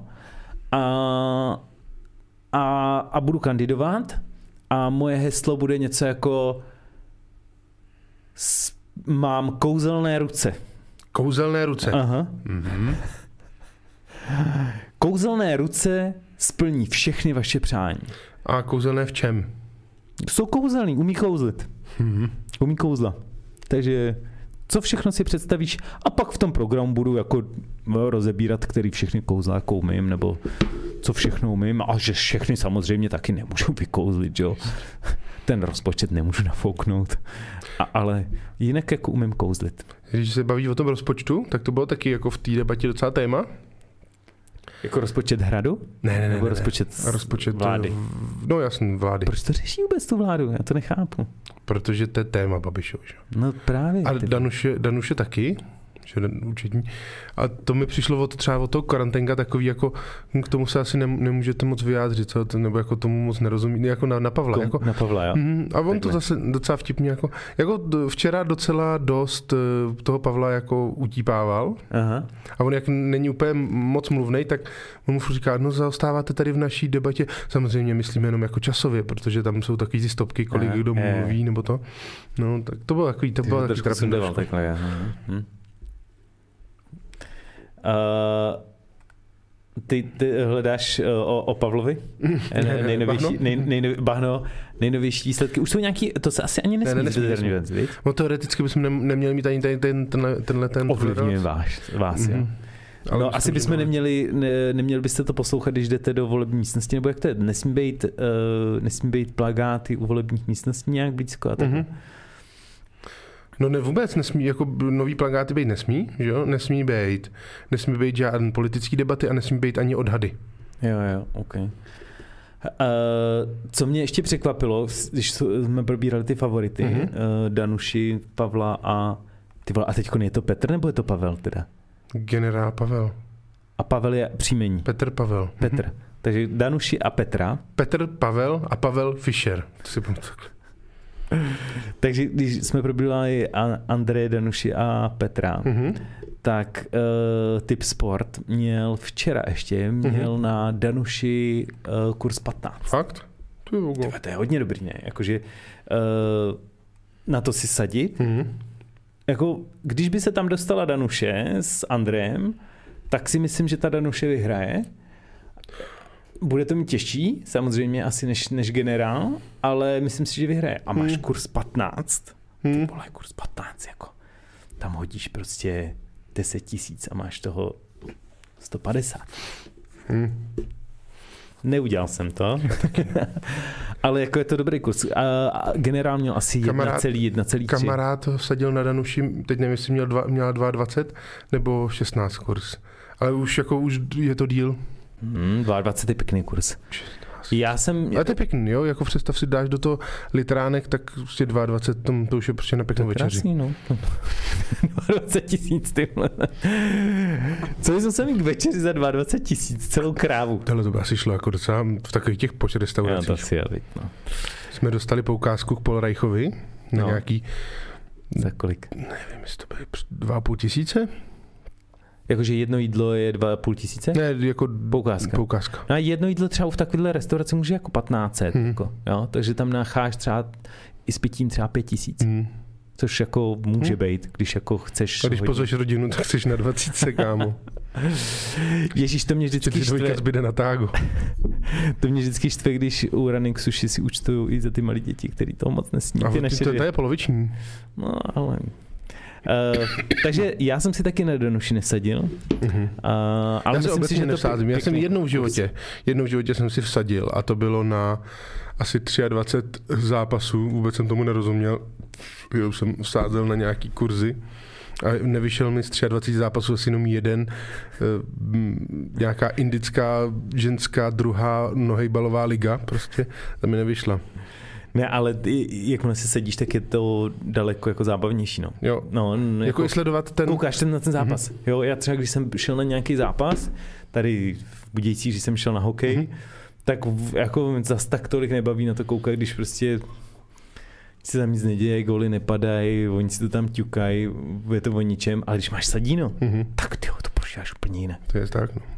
A budu kandidovat a moje heslo bude něco jako mám kouzelné ruce. Kouzelné ruce? Aha. Kouzelné ruce splní všechny vaše přání. A kouzelné v čem? Jsou kouzelný, umí kouzlit. Umí kouzla. Takže co všechno si představíš a pak v tom programu budu jako rozebírat, který všechny kouzla jako umím, nebo co všechno umím a že všechny samozřejmě taky nemůžu vykouzlit, jo. Ten rozpočet nemůžu nafouknout, ale jinak jako umím kouzlit. Když se baví o tom rozpočtu, tak to bylo taky jako v té debatě docela téma. Jako rozpočet hradu? Ne. Nebo rozpočet vlády? No jasný, vlády. Proč to řeší vůbec tu vládu? Já to nechápu. Protože to je téma Babišovi. No právě. A Danuše taky, že účetní. A to mi přišlo třeba od toho karanténka takový, jako k tomu se asi nemůžete moc vyjádřit, co? Nebo jako tomu moc nerozumí, jako na Pavla. Jako, na Pavla, jo. A on to zase docela vtipně, jako včera docela dost toho Pavla jako utípával. Aha. A on jak není úplně moc mluvnej, tak on mu říká, no zaostáváte tady v naší debatě. Samozřejmě myslím jenom jako časově, protože tam jsou takový ty stopky, kolik kdo mluví, nebo to. No, tak to bylo takový, trapný. Ty hledáš o Pavlovi? Nejnovější výsledky. Už jsou nějaký, to se asi ani nesmí zveřejňovat, viď? No teoreticky bychom neměli mít ani tenhle ovlivňuje vás, jo. No asi bychom neměli byste to poslouchat, když jdete do volební místnosti, nebo jak to je? Nesmí být plakáty u volebních místností nějak blízko a tak. No ne, vůbec nesmí, jako nový plakáty být nesmí, že jo? Nesmí být žádný politický debaty a nesmí být ani odhady. Jo, ok. Co mě ještě překvapilo, když jsme probírali ty favority, Danuši, Pavla a teďko je to Petr, nebo je to Pavel teda? Generál Pavel. A Pavel je příjmení. Petr Pavel. Petr. Takže Danuši a Petra. Petr Pavel a Pavel Fischer. To si pamatuju. Takže když jsme probírali Andreje, Danuši a Petra, tak Tip Sport měl včera měl na Danuši kurz 15. Fakt? To je hodně dobrý, ne? Jakože na to si sadit. Jako, když by se tam dostala Danuše s Andrejem, tak si myslím, že ta Danuše vyhraje. Bude to mít těžší, samozřejmě asi než generál, ale myslím si, že vyhraje. A máš kurz 15. Ty vole, kurz 15, jako. Tam hodíš prostě 10 000 a máš toho 150. Neudělal jsem to. Ale jako je to dobrý kurz. A generál měl asi 1,3. Kamarád ho sadil na Danuši, teď nevím, jestli měla 22 nebo 16 kurz. Ale už je to díl. 22 je pěkný kurz. Ale to je pěkný, jo? Jako představ si, dáš do toho litránek, tak prostě 22, to už je prostě na pěknou večeři. Krásný, no. 20 000, tyhle. Co jsem se mít k večeři za 22 000, celou krávu. Tohle to by asi šlo jako docela v takových těch počet restauracích. Já to asi no. Jsme dostali poukázku k Polreichovi na nějaký Za kolik? Nevím, jestli to byly 2,5 tisíce. Jakože jedno jídlo je 2,5 tisíce? Ne, jako poukázka. No a jedno jídlo třeba v takovéhle restauraci může jako 1500, jako, jo? Takže tam nacháš třeba i s pitím třeba 5 tisíc. Což jako může být, když jako chceš... A když pozveš rodinu, tak chceš na 20, kámo. Ježíš, to mě vždycky štve. Zbyde na tágu. To mě vždycky štve, když u Running Sushi si účtují i za ty malé děti, který toho moc nesní. A to je poloviční. No, ale... takže já jsem si taky na Danuši nesadil. Ale já myslím si, že nesázím. Já jsem jednou v životě jsem si vsadil a to bylo na asi 23 zápasů. Vůbec jsem tomu nerozuměl. Já jsem vsázel na nějaký kurzy a nevyšel mi z 23 zápasů asi jenom jeden. Nějaká indická ženská druhá nohejbalová liga. Prostě ta mi nevyšla. Ne, ale jakmile se sedíš, tak je to daleko jako zábavnější, no. Jo. No, jako i sledovat ten... Koukáš na ten zápas. Jo, já třeba, když jsem šel na nějaký zápas, tady v Budějcích, když jsem šel na hokej, tak jako zas tak tolik nebaví na to koukat, když prostě se tam nic neděje, góly nepadají, oni si to tam ťukají, je to o ničem, ale když máš sadíno, tak tyjo, to prožíváš úplně jiné. To je tak, no.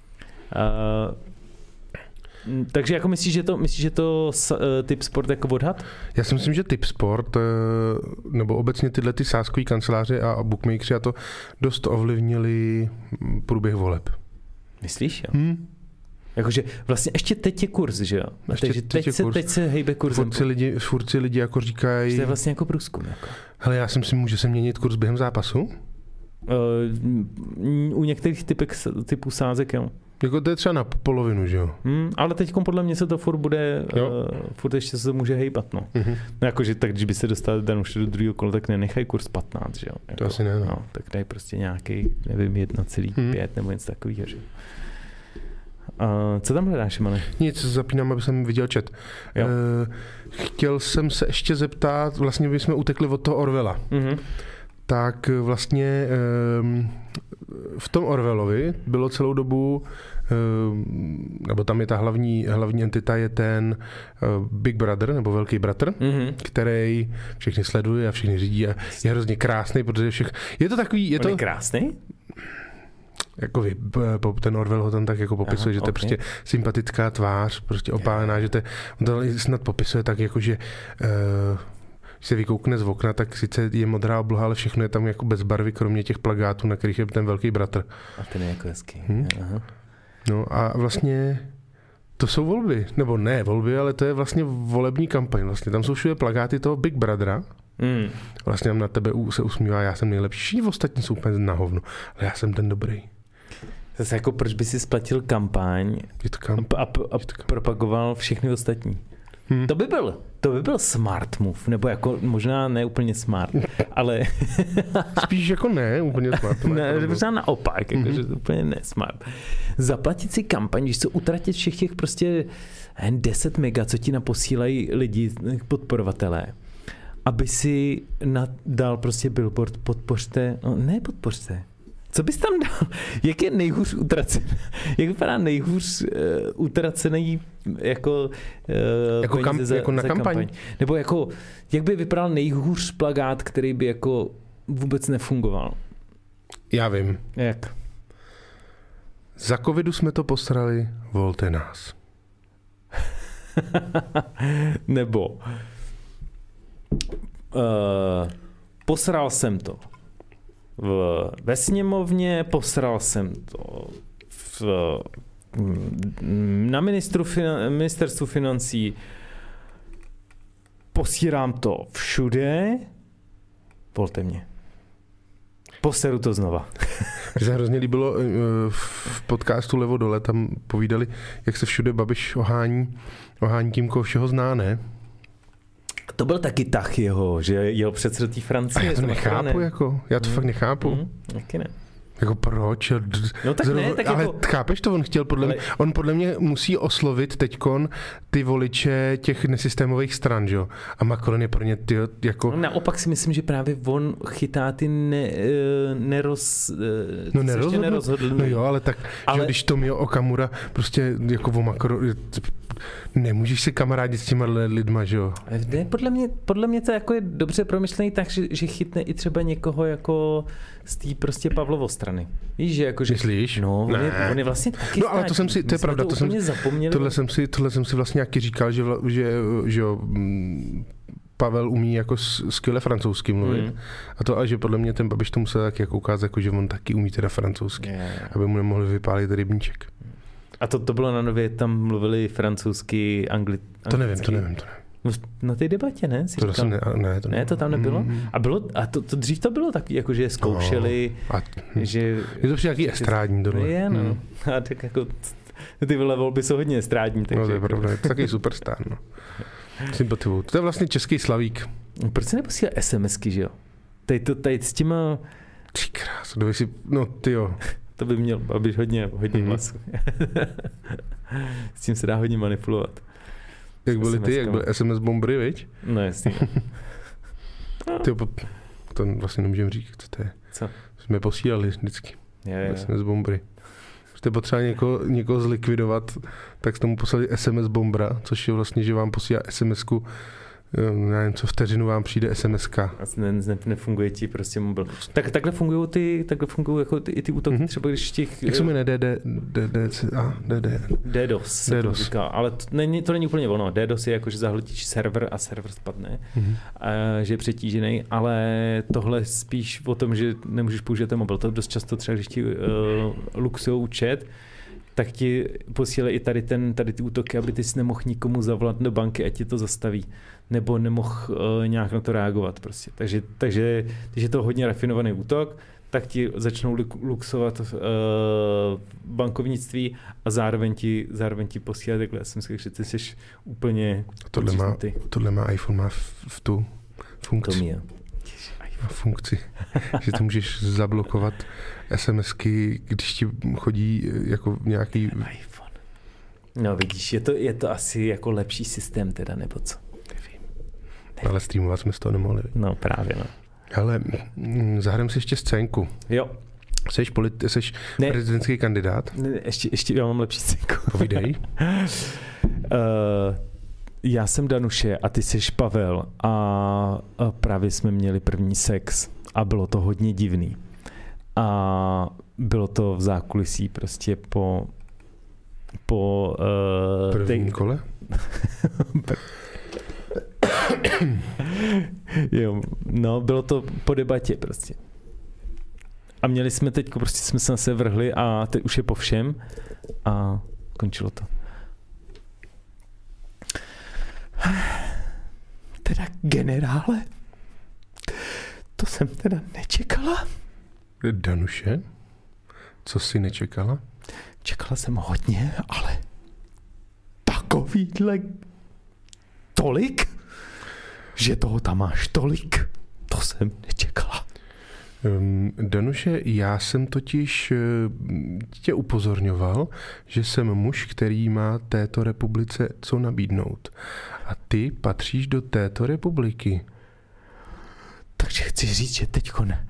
Takže jako myslíš, že to Tip Sport jako odhad? Já si myslím, že Tip Sport nebo obecně tyhle ty sázkové kanceláře a bookmakeri a to dost ovlivnili průběh voleb. Myslíš, jo? Jakože vlastně ještě teď je kurz, že jo? Takže teď se hejbe kurzem. Furci lidi jako říkají... To je vlastně jako průzkum. Jako. Hele, já si myslím, může se měnit kurz během zápasu? U některých typů sázek, jo. Jako to je třeba na polovinu, že jo? Ale teď podle mě se to furt bude, furt ještě se to může hejbat, no. No jakože tak, když by se dostal do druhého kola, tak nenechají kurz 15, že jo? Jako, to asi ne, no. Tak dají prostě nějaký, nevím, 1,5 nebo něco takového, že jo? Co tam hledáš, Mane? Nic, zapínám, aby jsem viděl chat. Chtěl jsem se ještě zeptat, vlastně bychom utekli od toho Orwella. Tak vlastně v tom Orwellovi bylo celou dobu, nebo tam je ta hlavní entita, je ten Big Brother, nebo Velký bratr, který všechny sleduje a všechny řídí a je hrozně krásný, protože je to takový... Je krásný? Jako ten Orwell ho tam tak jako popisuje, že to je prostě sympatická tvář, prostě opálená, že on to snad popisuje tak jako, že když se vykoukne z okna, tak sice je modrá obloha, ale všechno je tam jako bez barvy, kromě těch plakátů, na kterých je ten Velký bratr. A ten je jako hezký. No a vlastně to jsou volby, nebo ne volby, ale to je vlastně volební kampaň. Vlastně tam jsou všude plakáty toho Big Brothera. Vlastně na tebe se usmívá, já jsem nejlepší. Všichni ostatní jsou úplně na hovno, ale já jsem ten dobrý. Zase jako proč by si splatil kampaň a propagoval všechny ostatní? To by byl smart move, nebo jako možná ne úplně smart, ale... Spíš jako ne, úplně smart. Ne, možná naopak, jakože úplně ne smart. Zaplatit si kampaň, když co utratit všech těch prostě 10 mega, co ti naposílají lidi, podporovatelé, aby si dal prostě billboard, podpořte, Co bys tam dal? Jak je nejhůř utracený? Jak vypadá nejhůř utracený jako jako na kampaň? Nebo jako, jak by vypadal nejhůř plakát, který by jako vůbec nefungoval? Já vím. Jak? Za covidu jsme to posrali, volte nás. Nebo posral jsem to ve sněmovně, posral jsem to na ministerstvu financí, posírám to všude, volte mě. Poseru to znova. Mně se hrozně líbilo v podcastu Levo dole, tam povídali, jak se všude Babiš ohání tím, koho všeho zná, ne? To byl taky tah jeho, že jel předseda té Francie. A já to nechápu, jako. Já to fakt nechápu. Taky ne. Jako proč? No tak ne, tak ale jako... chápeš to, on podle mě musí oslovit teďkon ty voliče těch nesystémových stran, že? A Macron je pro ně jako... No, naopak si myslím, že právě on chytá ty nerozhodl. No jo, ale tak, že když Tomio Okamura prostě jako o Macron... Nemůžeš si kamarádit s těma lidma, že jo? Ne, podle mě to jako je dobře promyšlený tak, že chytne i třeba někoho jako z té prostě Pavlovo strany. Víš, že jako... Myslíš? No, on je vlastně taky no, ale to jsem si, to je pravda, tohle jsem si vlastně nějaký říkal, že jo, Pavel umí jako skvěle francouzsky mluvit. A to, ale že podle mě ten Babiš to musel tak jako ukázat, jako, že on taky umí teda francouzsky, aby mu nemohli vypálit rybníček. A to bylo na Nově, tam mluvili francouzsky, anglicky. To nevím. Na té debatě, ne? Ne, to tam nebylo? A to dřív to bylo taky, jako že zkoušeli, že... Je to přijde nějaký estrádní tohle. Je, no. A tak jako ty volby jsou hodně estrádní. Takže... No to je pravda, je to takový superstar, no. Sympativu. To je vlastně český Slavík. Proč se neposílá SMSky, že jo? Tady s těma... Ty krás, no ty jo. To by měl Babiš hodně hlasů. S tím se dá hodně manipulovat. Jak byly ty? Jak byly SMS bomby, viď? No jasně. To vlastně nemůžeme říct, co to je. Co? Jsme posílali vždycky. SMS bomby. Když jste potřeba někoho zlikvidovat, tak jste mu poslali SMS bombra, což je vlastně, že vám posílá SMS-ku, nevím, co vteřinu vám přijde SMS-ka. Nefunguje ti prostě mobil. Takhle fungují jako i ty útoky, třeba když těch... Jak se jmenuje DDoS. Říká, ale to není úplně ono. DDoS je jako, že zahltíš server a server spadne, že je přetížený, ale tohle spíš o tom, že nemůžeš použít ten mobil. To dost často třeba, když ti luxujou chat, tak ti posílají i tady ty útoky, aby ty si nemohl nikomu zavolat do banky, ať ti to zastaví. Nebo nemohl nějak na to reagovat prostě. Takže když je to hodně rafinovaný útok, tak ti začnou luxovat bankovnictví a zároveň ti posílat takhle. Já si myslím, že ty jsi úplně... Tohle má iPhone, má v tu funkci. Funkci, že to můžeš zablokovat SMSky, když ti chodí jako nějaký... iPhone. No vidíš, je to asi jako lepší systém teda, nebo co? Nevím. Ale streamovat jsme z toho nemohli. No právě, no. Ale zahrajeme si ještě scénku. Jo. Seš prezidentský kandidát? Ne, ještě já mám lepší scénku. Povídej. Já jsem Danuše a ty jsi Pavel a právě jsme měli první sex a bylo to hodně divný. A bylo to v zákulisí prostě po prvním kole? Jo, no, bylo to po debatě prostě. A měli jsme teďko, prostě jsme se na sebe vrhli a teď už je po všem a končilo to. Teda generále? To jsem teda nečekala. Danuše? Co jsi nečekala? Čekala jsem hodně, ale takovýhle tolik? Že toho tam máš tolik? To jsem nečekala. Danuše, já jsem totiž tě upozorňoval, že jsem muž, který má této republice co nabídnout. A ty patříš do této republiky. Takže chci říct, že teďko ne.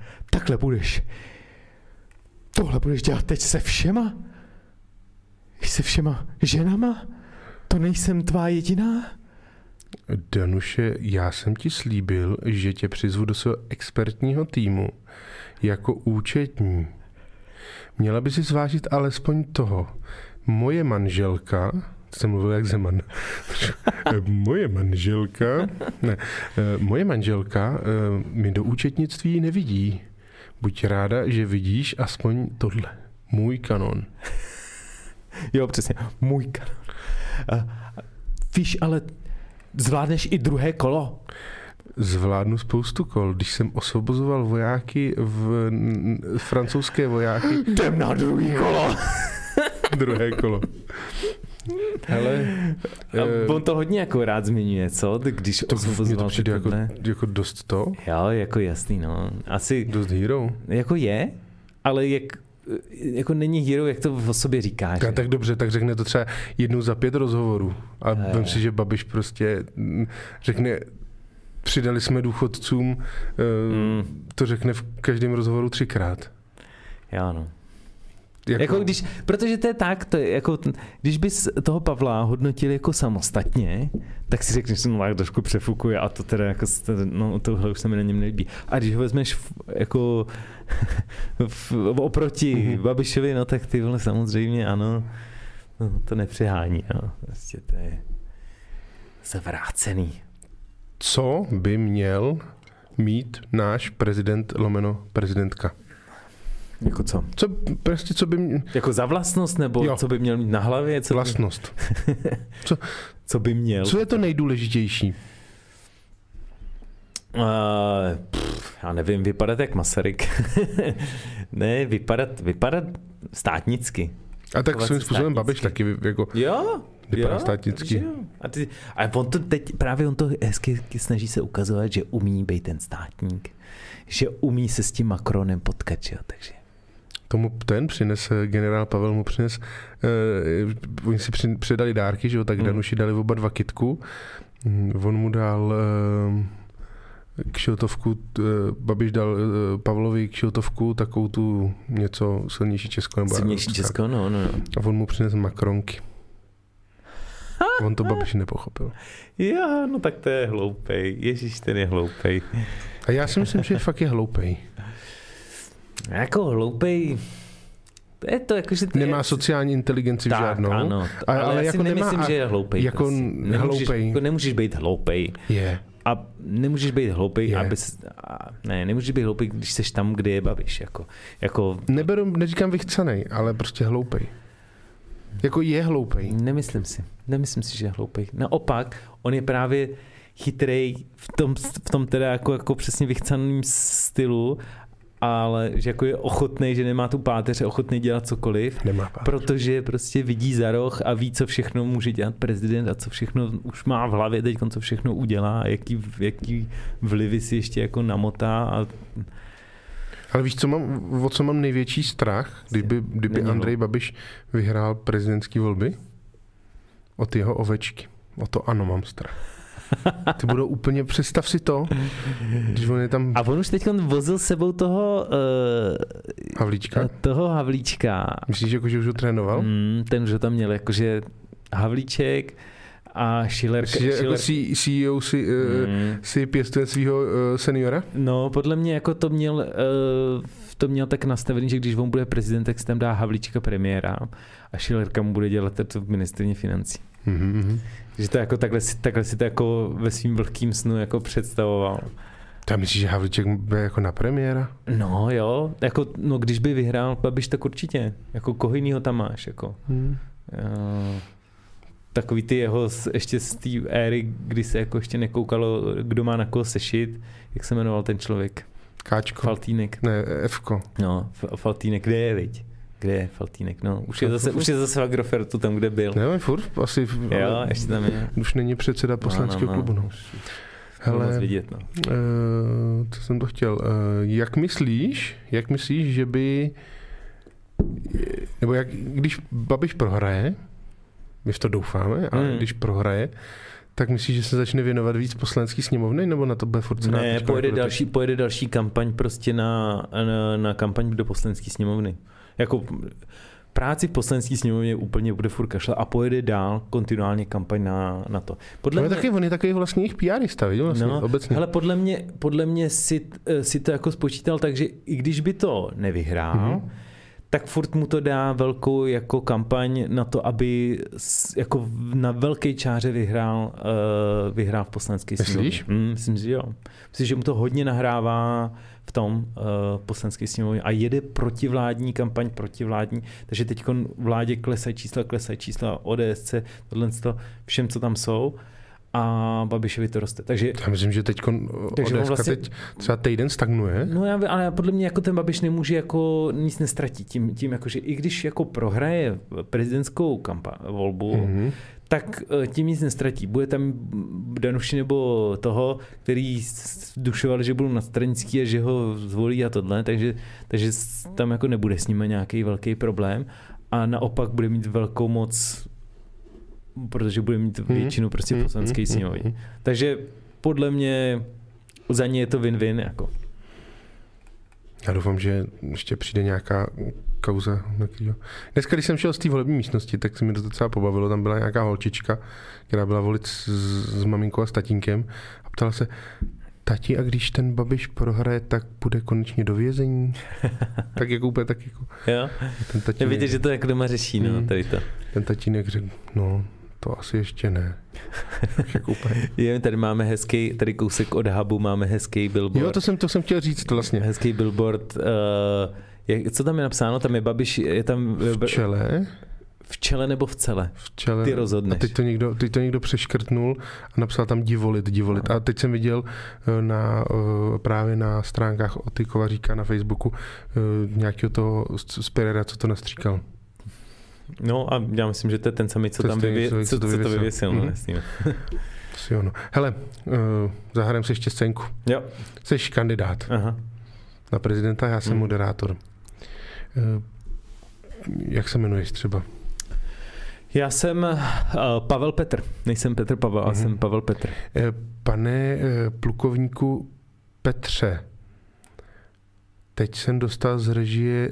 Tohle budeš dělat teď se všema? Se všema ženama? To nejsem tvá jediná? Danuše, já jsem ti slíbil, že tě přizvu do svého expertního týmu jako účetní. Měla by si zvážit alespoň toho. Moje manželka, jsem mluvil jak Zeman, moje manželka mi do účetnictví nevidí. Buď ráda, že vidíš aspoň tohle. Můj kanon. Jo, přesně. Můj kanon. Víš, ale zvládneš i druhé kolo? Zvládnu spoustu kol. Když jsem osvobozoval vojáky francouzské vojáky. Jdem na druhý kolo. Druhé kolo. Hele, on to hodně jako rád zmiňuje, co? Když osvobozoval to přijde jako dost to? Jo, jako jasný, no. Asi... Dost hero. Jako je, ale jako není hero, jak to o sobě říkáš. Tak dobře, tak řekne to třeba jednou za 5 rozhovorů. A vem si, že Babiš prostě řekne, přidali jsme důchodcům, to řekne v každém rozhovoru 3krát. Já no. Jako protože to je tak, jako, když bys toho Pavla hodnotil jako samostatně, tak si řekneš, že tak trošku přefukuje a to teda jako, no tohle už se mi na něm nelíbí. A když ho vezmeš jako oproti Babišovi, no tak ty vole samozřejmě ano, no, to nepřehání, no. Prostě to je zavrácený. Co by měl mít náš prezident / prezidentka? Jako co? Co by... Jako za vlastnost, nebo jo. Co by měl mít na hlavě? Vlastnost. Co by měl? Co je to nejdůležitější? Já nevím, vypadat jak Masaryk. Ne, vypadat státnicky. A tak svým způsobem Babiš taky jako... Jo. Vypadá státnicky. A on to teď, právě on to hezky snaží se ukazovat, že umí být ten státník. Že umí se s tím Macronem potkat, jo, takže... Tomu generál Pavel mu přines, oni si předali dárky, že jo, tak Danuši dali oba 2 kytku, on mu dal kšiltovku, Babiš dal Pavlovi kšiltovku, takovou tu něco silnější Česko. Silnější Česko, no. A on mu přines makronky. On to Babiš nepochopil. Já, no tak to je hloupej. Ježíš, ten je hloupej. A já si myslím, že fakt je hloupej. Jako hloupej... To je to, jakože... Nemá sociální inteligenci žádnou. Ano, ale já jako si nemyslím, že je hloupej. Jako hloupej. Nemůžeš být hloupej. Je. A nemůžeš být hloupej, nemůžeš být hloupej, když seš tam, kde je Babiš. Neříkám vychcanej, ale prostě hloupej. Jako je hloupej. Nemyslím si, že je hloupej. Naopak, on je právě chytrej v tom teda jako přesně vychcaným stylu, ale že jako je ochotnej, že nemá tu páteř, ochotnej dělat cokoliv, protože prostě vidí za roh a ví, co všechno může dělat prezident a co všechno už má v hlavě teď, co všechno udělá a jaký vlivy si ještě jako namotá. Ale víš, o co mám největší strach, kdyby Andrej Babiš vyhrál prezidentské volby? O ty jeho ovečky. O to ano, mám strach. Ty budou úplně, představ si to, když on je tam... A on už teď vozil sebou toho... Havlíčka? Toho Havlíčka. Myslíš, že už ho trénoval? Ten už ho tam měl, jakože Havlíček a Schillerka. Jako CEO si pěstuje svého seniora? No, podle mě jako to měl tak nastavený, že když on bude prezident, tak se tam dá Havlíčka premiéra a Schillerka mu bude dělat to ministryně financí. Mm-hmm. Že to jako takhle si to jako ve svým vlhkým snu jako představoval. Já myslíš, že Havlíček bude jako na premiéra? No jo, jako, no když by vyhrál Babiš, tak určitě. Jako koho jinýho tam máš, jako. Takový ty jeho ještě z té éry, kdy se jako ještě nekoukalo, kdo má na koho sešit, jak se jmenoval ten člověk? Káčko. Faltýnek. Ne, Fko. No, Faltýnek, kde je, viď? Kde je Faltýnek? No, už je zase v Agrofertu tam, kde byl. Ne, furt asi. Jo, ještě tam je. Už není předseda poslaneckého klubu, no. Hele, vidět, no. Co jsem to chtěl? Jak myslíš, že by, nebo když Babiš prohraje, my v to doufáme, ale když prohraje, tak myslíš, že se začne věnovat víc poslanecký sněmovny, nebo na to bude furt cenát? Ne, pojede další kampaň prostě na kampaň do poslanecké sněmovny. Jako práci v poslanecké sněmovně úplně bude furt kašle a pojede dál kontinuálně kampaň na to. On je takový vlastně jejich PRista, viděl vlastně obecně. Hele, podle mě si to jako spočítal tak, že i když by to nevyhrál, tak furt mu to dá velkou jako kampaň na to, aby jako na velké čáře vyhrál v poslanecké sněmovně. Myslíš? Myslím, že jo. Myslím, že mu to hodně nahrává v tom poslanecké sněmovně a jede protivládní kampaň, takže teď vládě klesají čísla ODSC, tohle všem, co tam jsou a Babišovi to roste. Takže, já myslím, že teď ODSka teď třeba týden stagnuje. No ale podle mě jako ten Babiš nemůže jako nic nestratit tím jako, že i když jako prohraje prezidentskou volbu, tak tím nic nestratí. Bude tam Danuši nebo toho, který dušovali, že budou nadstranický a že ho zvolí a tohle, takže tam jako nebude s nimi nějaký velký problém a naopak bude mít velkou moc, protože bude mít většinu prostě poslanecké sněmovny. Takže podle mě za ně je to win-win jako. Já doufám, že ještě přijde nějaká kauza. Dneska, když jsem šel z té volební místnosti, tak se mi to docela pobavilo. Tam byla nějaká holčička, která byla volit s maminkou a s tatínkem a ptala se, tati, a když ten Babiš prohraje, tak bude konečně do vězení? Tak jako úplně tak jako... Jo, vidíš, že to jako doma řeší, no, tady to. Ten tatínek řekl, no, to asi ještě ne. Jako tady máme hezký, tady kousek od hubu máme hezký billboard. Jo, to jsem chtěl říct vlastně. Hezký billboard. Co tam je napsáno? Tam je Babiš, je tam... V čele? V čele nebo v cele? V čele. Ty rozhodneš. A teď to někdo přeškrtnul a napsal tam divolit. No. A teď jsem viděl právě na stránkách Oty Kovaříka na Facebooku nějakého toho Spirera, co to nastříkal. No a já myslím, že to je ten samý, co tam to vyvěsil. No, Jo, no. Hele, zahrajeme si ještě scénku. Jo. Jseš kandidát na prezidenta, já jsem moderátor. Jak se jmenuješ třeba? Já jsem Pavel Petr. Nejsem Petr Pavel, ale jsem Pavel Petr. Pane plukovníku Petře, teď jsem dostal z režie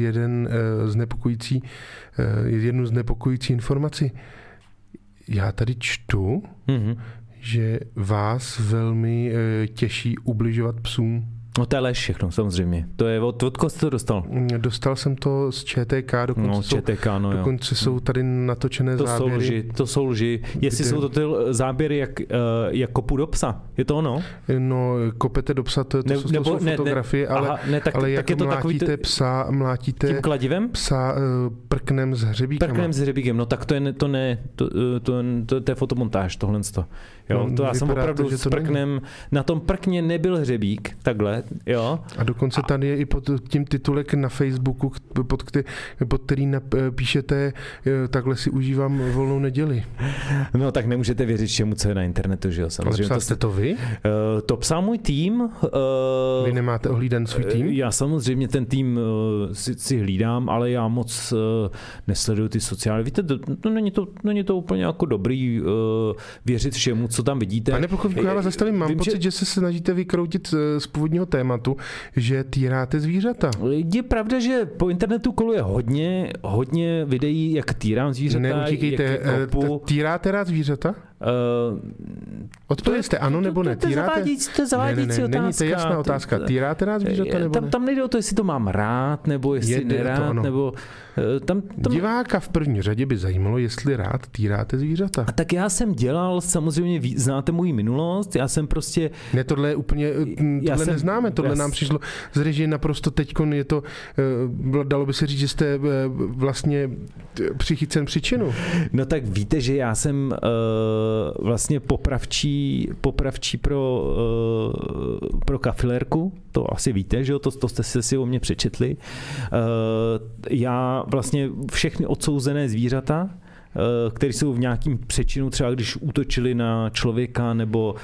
jednu znepokojící informaci. Já tady čtu, že vás velmi těší ubližovat psům. No to je lež všechno, samozřejmě. To je od koho jsi to dostal? Dostal jsem to z ČTK, dokonce jsou tady natočené záběry. To jsou lži. Jestli jsou to ty záběry, jak kopu do psa, je to ono? No, kopete do psa, to jsou fotografie, ale jak mlátíte psa, tím kladivem? Psa prknem s hřebíkem. Prknem s hřebíkem, no tak to je fotomontáž, tohle. Jo, to já jsem opravdu s prknem, na tom prkně nebyl hřebík, takhle, jo. A dokonce tady je i pod tím titulek na Facebooku, pod který píšete, takhle si užívám volnou neděli. No tak nemůžete věřit všemu, co je na internetu, že jo, samozřejmě. Ale psal jste to vy? To psal můj tým. Vy nemáte ohlídaný svůj tým? Já samozřejmě ten tým si hlídám, ale já moc nesleduju ty sociály. Víte, není to úplně jako dobrý věřit všemu, co tam vidíte. Pane plukovníku, já vás zastavím. Mám pocit, že se snažíte vykroutit z původního tématu, že týráte zvířata. Je pravda, že po internetu koluje hodně videí, jak týrám zvířata. Neutíkejte. Týráte rád zvířata? Odpovězte ano nebo ne. To je zavádící otázka. Není to jasná otázka. Týráte rád zvířata nebo ne? Tam nejde o to, jestli to mám rád, nebo jestli nerád, nebo... Diváka v první řadě by zajímalo, jestli rád týráte zvířata. A tak já jsem dělal, samozřejmě znáte moji minulost, já jsem prostě... Ne, tohle je úplně, neznáme, nám přišlo z režie naprosto teďkon, je to, dalo by se říct, že jste vlastně přichycen příčinu. No tak víte, že já jsem vlastně popravčí pro Kafilérku, to asi víte, že jo, to jste si o mě přečetli. Já vlastně všechny odsouzené zvířata, které jsou v nějakým přečinu, třeba když útočili na člověka nebo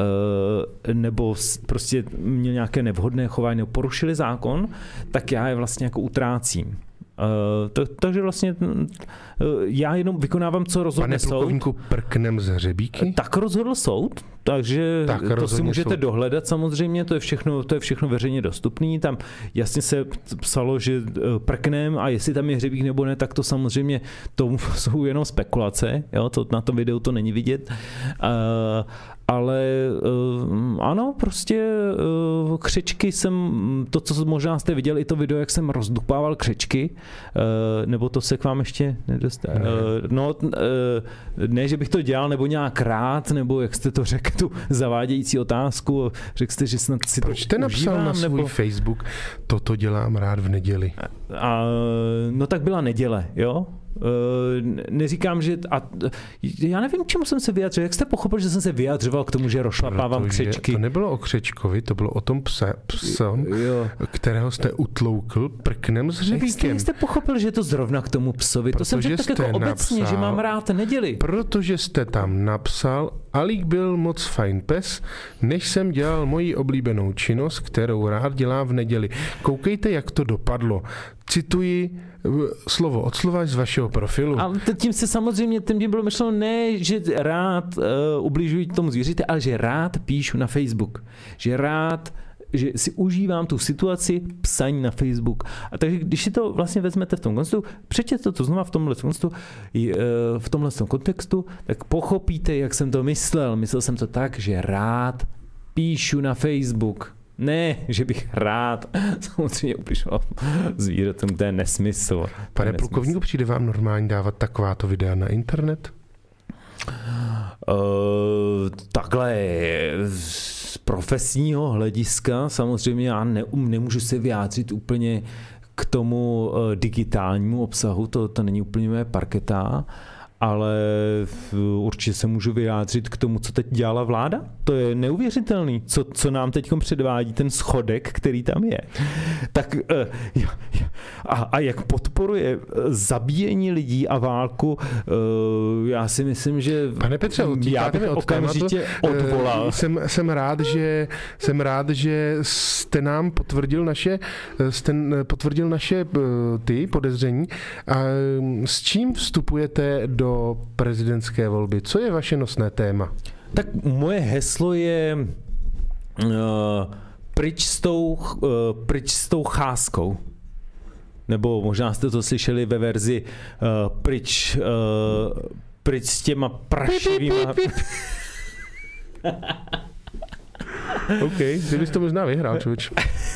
prostě měl nějaké nevhodné chování nebo porušili zákon, tak já je vlastně jako utrácím. Takže vlastně já jenom vykonávám, co rozhodne soud. Pane plukovníku, prknem z hřebíky? Tak rozhodl soud, takže to si můžete dohledat samozřejmě, to je všechno veřejně dostupné. Tam jasně se psalo, že prknem a jestli tam je hřebík nebo ne, tak to samozřejmě to jsou jenom spekulace, jo, to na tom videu to není vidět. Ale ano, prostě křečky to, co možná jste viděli, i to video, jak jsem rozdupával křečky, nebo to se k vám ještě nedostalo. Ne, že bych to dělal, nebo nějak rád, nebo jak jste to řekl, tu zavádějící otázku, řekl jste, že snad si Proč jste napsal na svůj Facebook, toto dělám rád v neděli? No tak byla neděle, jo? Neříkám, že... Já nevím, k čemu jsem se vyjadřil. Jak jste pochopil, že jsem se vyjadřoval k tomu, že rošlapávám křečky? To nebylo o křečkovi, to bylo o tom pse, kterého jste utloukl prknem s hřebíkem. Jak jste pochopil, že je to zrovna k tomu psovi? To jsem řekl tak jako obecně, že mám rád neděli. Protože jste tam napsal, Alík byl moc fajn pes, než jsem dělal moji oblíbenou činnost, kterou rád dělám v neděli. Koukejte, jak to dopadlo. Cituji slovo od slova z vašeho profilu. A tím se samozřejmě, tím bylo myšleno ne, že rád ubližuji tomu zvířete, ale že rád píšu na Facebook. Že si užívám tu situaci psaní na Facebook. A takže když si to vlastně vezmete v tom kontextu, přečtěte to znova v tomhle kontextu, tak pochopíte, jak jsem to myslel. Myslel jsem to tak, že rád píšu na Facebook. Ne, že bych rád samozřejmě ubližoval zvířatům, to je nesmysl. Pane plukovníku, přijde vám normálně dávat takováto videa na internet? Takhle z profesního hlediska samozřejmě já nemůžu se vyjádřit úplně k tomu digitálnímu obsahu, to není úplně moje parketa, ale určitě se můžu vyjádřit k tomu, co teď dělala vláda. To je neuvěřitelný, co nám teď předvádí ten schodek, který tam je. Tak a jak podporuje zabíjení lidí a válku, já si myslím, že pane Petře, já bych okamžitě odvolal. Jsem rád, že jste nám potvrdil naše ty podezření. A s čím vstupujete do prezidentské volby? Co je vaše nosné téma? Tak moje heslo je pryč s tou cházkou. Nebo možná jste to slyšeli ve verzi pryč s těma prašivýma... OK, kdybys to možná vyhrál, člověč.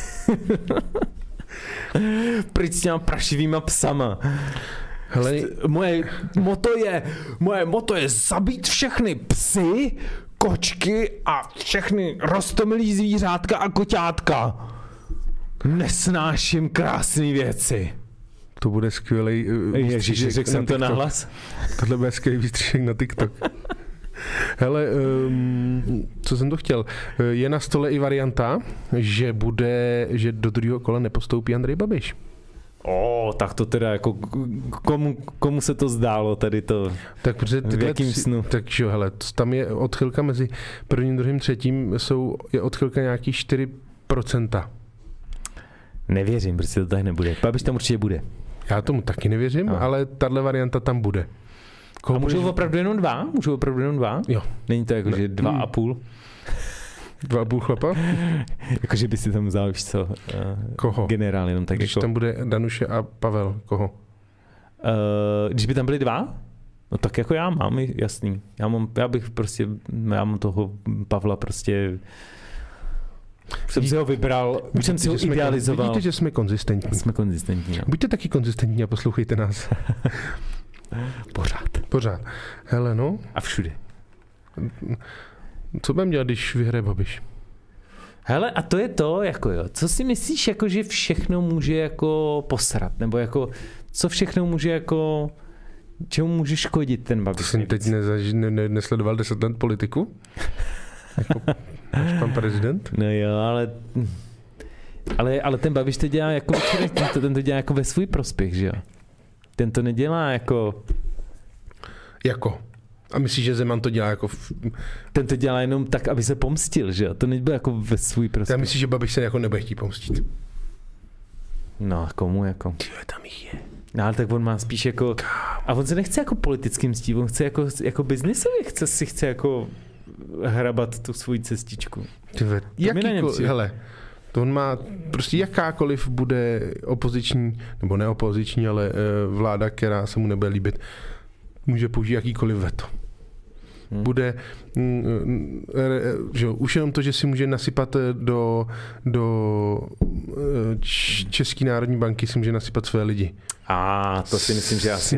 Pryč s těma prašivýma psama. Hele, moje moto je zabít všechny psy, kočky a všechny roztomilý zvířátka a koťátka. Nesnáším krásné věci. To bude skvělej Ježiši, řekl jsem to nahlas? Tohle bude skvělý výstřižek na TikTok. Hele, co jsem to chtěl? Je na stole i varianta, že do druhého kola nepostoupí Andrej Babiš. Tak to teda jako komu se to zdálo tady to? Tak protože v jakým snu? Takže hele, tam je odchylka mezi prvním, druhým, třetím, je odchylka nějaký 4%. Nevěřím, protože to tak nebude. Babiš tam určitě bude. Já tomu taky nevěřím, ale tahle varianta tam bude. A můžou opravdu jenom dva? Jo. Není to jako, že 2,5? 2,5 chlapa? Jakože by si tam vzal, víš co? Koho? Generál jenom tak. Když jako... tam bude Danuše a Pavel, koho? Když by tam byli dva? No tak jako já mám, jasný. Já mám toho Pavla prostě... Jsem si ho vybral, už jsem si ho idealizoval. Vidíte, že jsme konzistentní. Jsme konzistentní, no. Buďte taky konzistentní a poslouchejte nás. Pořád. Hele, no. A všude. Co budeme dělat, když vyhraje Babiš? Hele, a to je to, jako jo. Co si myslíš, jako, že všechno může jako posrat? Nebo jako, co všechno může jako... Čemu může škodit ten Babiš? Jsem teď nesledoval 10 let politiku? Jako pan prezident? No jo, ale ten Babiš to dělá jako ten to dělá jako ve svůj prospěch, že jo? Ten to nedělá jako... A myslíš, že Zeman to dělá jako... Ten to dělá jenom tak, aby se pomstil, že jo? To nebylo jako ve svůj prospěch. Já myslím, že Babiš se jako nebude chtít pomstit. No, komu jako? Tam jich je. No, ale tak on má spíš jako... A on se nechce jako politickým mstít, on chce jako biznisově, chce jako hrabat tu svoji cestičku. Hele, to on má prostě jakákoliv bude opoziční, nebo neopoziční, ale vláda, která se mu nebude líbit, může použít jakýkoliv veto. Bude, že už jenom to, že si může nasypat do České národní banky, si může nasypat své lidi. To si myslím, že asi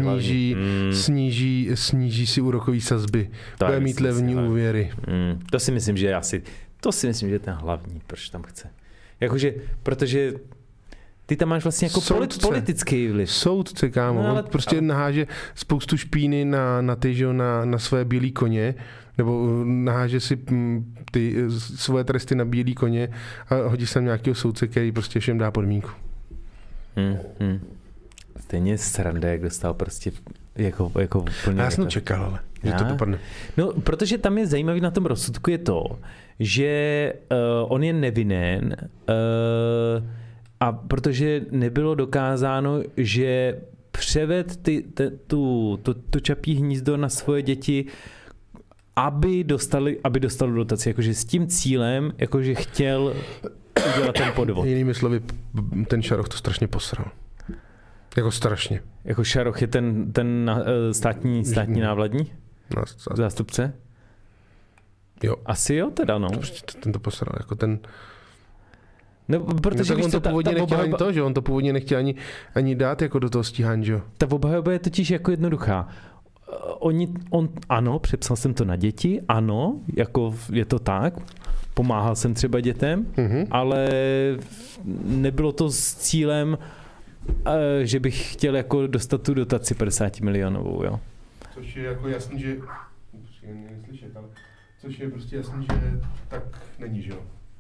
sníží si úrokové sazby. Bude mít levní úvěry. To si myslím, že je ten hlavní, proč tam chce. Jakože, protože Ty tam máš vlastně jako politický vliv. Soudce, kámo. No, ale prostě naháže spoustu špíny na své bílý koně, nebo naháže si ty svoje tresty na bílý koně a hodí sem nějakého soudce, který prostě všem dá podmínku. Stejně sranda, jak dostal prostě jako úplně... Já jsem čekal, ale že to dopadne. No, protože tam je zajímavý na tom rozsudku je to, že on je nevinen a protože nebylo dokázáno, že převed tu čapí hnízdo na svoje děti, aby dostali dotaci, jakože s tím cílem, jakože chtěl udělat ten podvod. Jinými slovy, ten Šaroch to strašně posral. Jako strašně. Jako Šaroch je ten státní návladní? Zástupce? Jo. Asi jo teda, no. Ten to posral, jako ten... No, protože on to původně nechtěl ani to, že on to původně nechtěl ani dát jako do toho stíhání, že jo. Ta obhajoba je totiž jako jednoduchá. Ano, přepsal jsem to na děti, ano, jako je to tak, pomáhal jsem třeba dětem, ale nebylo to s cílem, že bych chtěl jako dostat tu dotaci 50 milionovou, jo. Což je jako jasný, že což je prostě jasný, že tak není, že jo.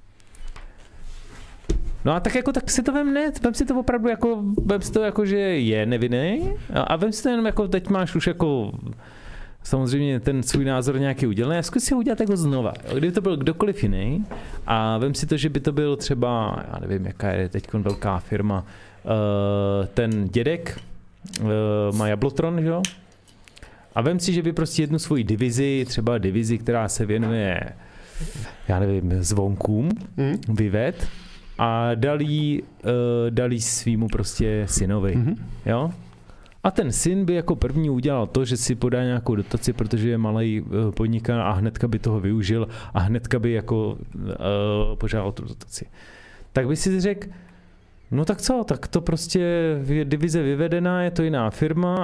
No a tak si to vem si to opravdu jako, že je nevinný a vem si to jenom jako teď máš už jako samozřejmě ten svůj názor nějaký udělaný a zkus si ho udělat jako znova. Kdyby to byl kdokoliv jiný a vem si to, že by to byl třeba, já nevím, jaká je teď velká firma, ten dědek má Jablotron, že jo? A vem si, že by prostě jednu svoji divizi, která se věnuje, já nevím, zvonkům, vyved a dal jí svýmu prostě synovi, jo? A ten syn by jako první udělal to, že si podá nějakou dotaci, protože je malej podnikatel a hnedka by toho využil a hnedka by jako požádal tu dotaci. Tak by si řekl, no tak co, tak to prostě je divize vyvedená, je to jiná firma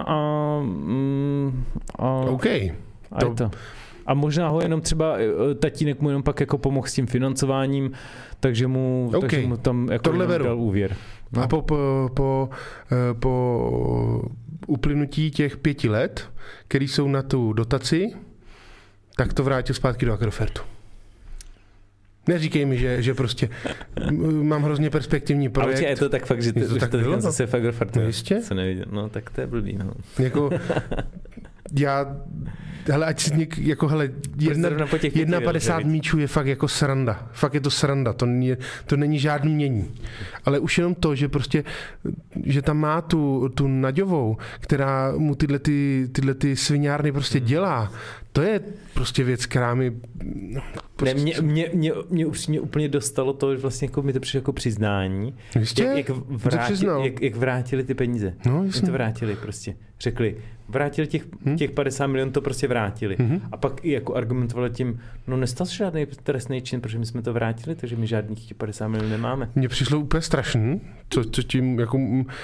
a okay. A je to. A možná ho jenom třeba tatínek mu jenom pak jako pomohl s tím financováním, takže mu tam jako dal úvěr. No. A po uplynutí těch 5 let, který jsou na tu dotaci, tak to vrátil zpátky do Agrofertu. Neříkej mi, že prostě mám hrozně perspektivní projekt. Ale je to tak fakt, že to tak bylo zase v Agrofertu. No jistě? Co neviděl. No tak to je blbý, no. Jako, hele, ať si jako, hele, 1,50 míčů je fakt jako sranda. Fakt je to sranda, to není žádný mění. Ale už jenom to, že prostě, že tam má tu Naďovou, která mu tyhle sviňárny prostě dělá, to je prostě věc, která mi... No, prostě... Mě upřímně úplně dostalo to, že vlastně jako mi to přišlo jako přiznání. Jak vrátili ty peníze. No, jasně. To vrátili prostě. Řekli, vrátili těch 50 milionů, to prostě vrátili. A pak i jako argumentovali tím, no nestal se žádný trestný čin, protože my jsme to vrátili, takže my žádných těch 50 milionů nemáme. Mně přišlo úplně strašný, co tím jako...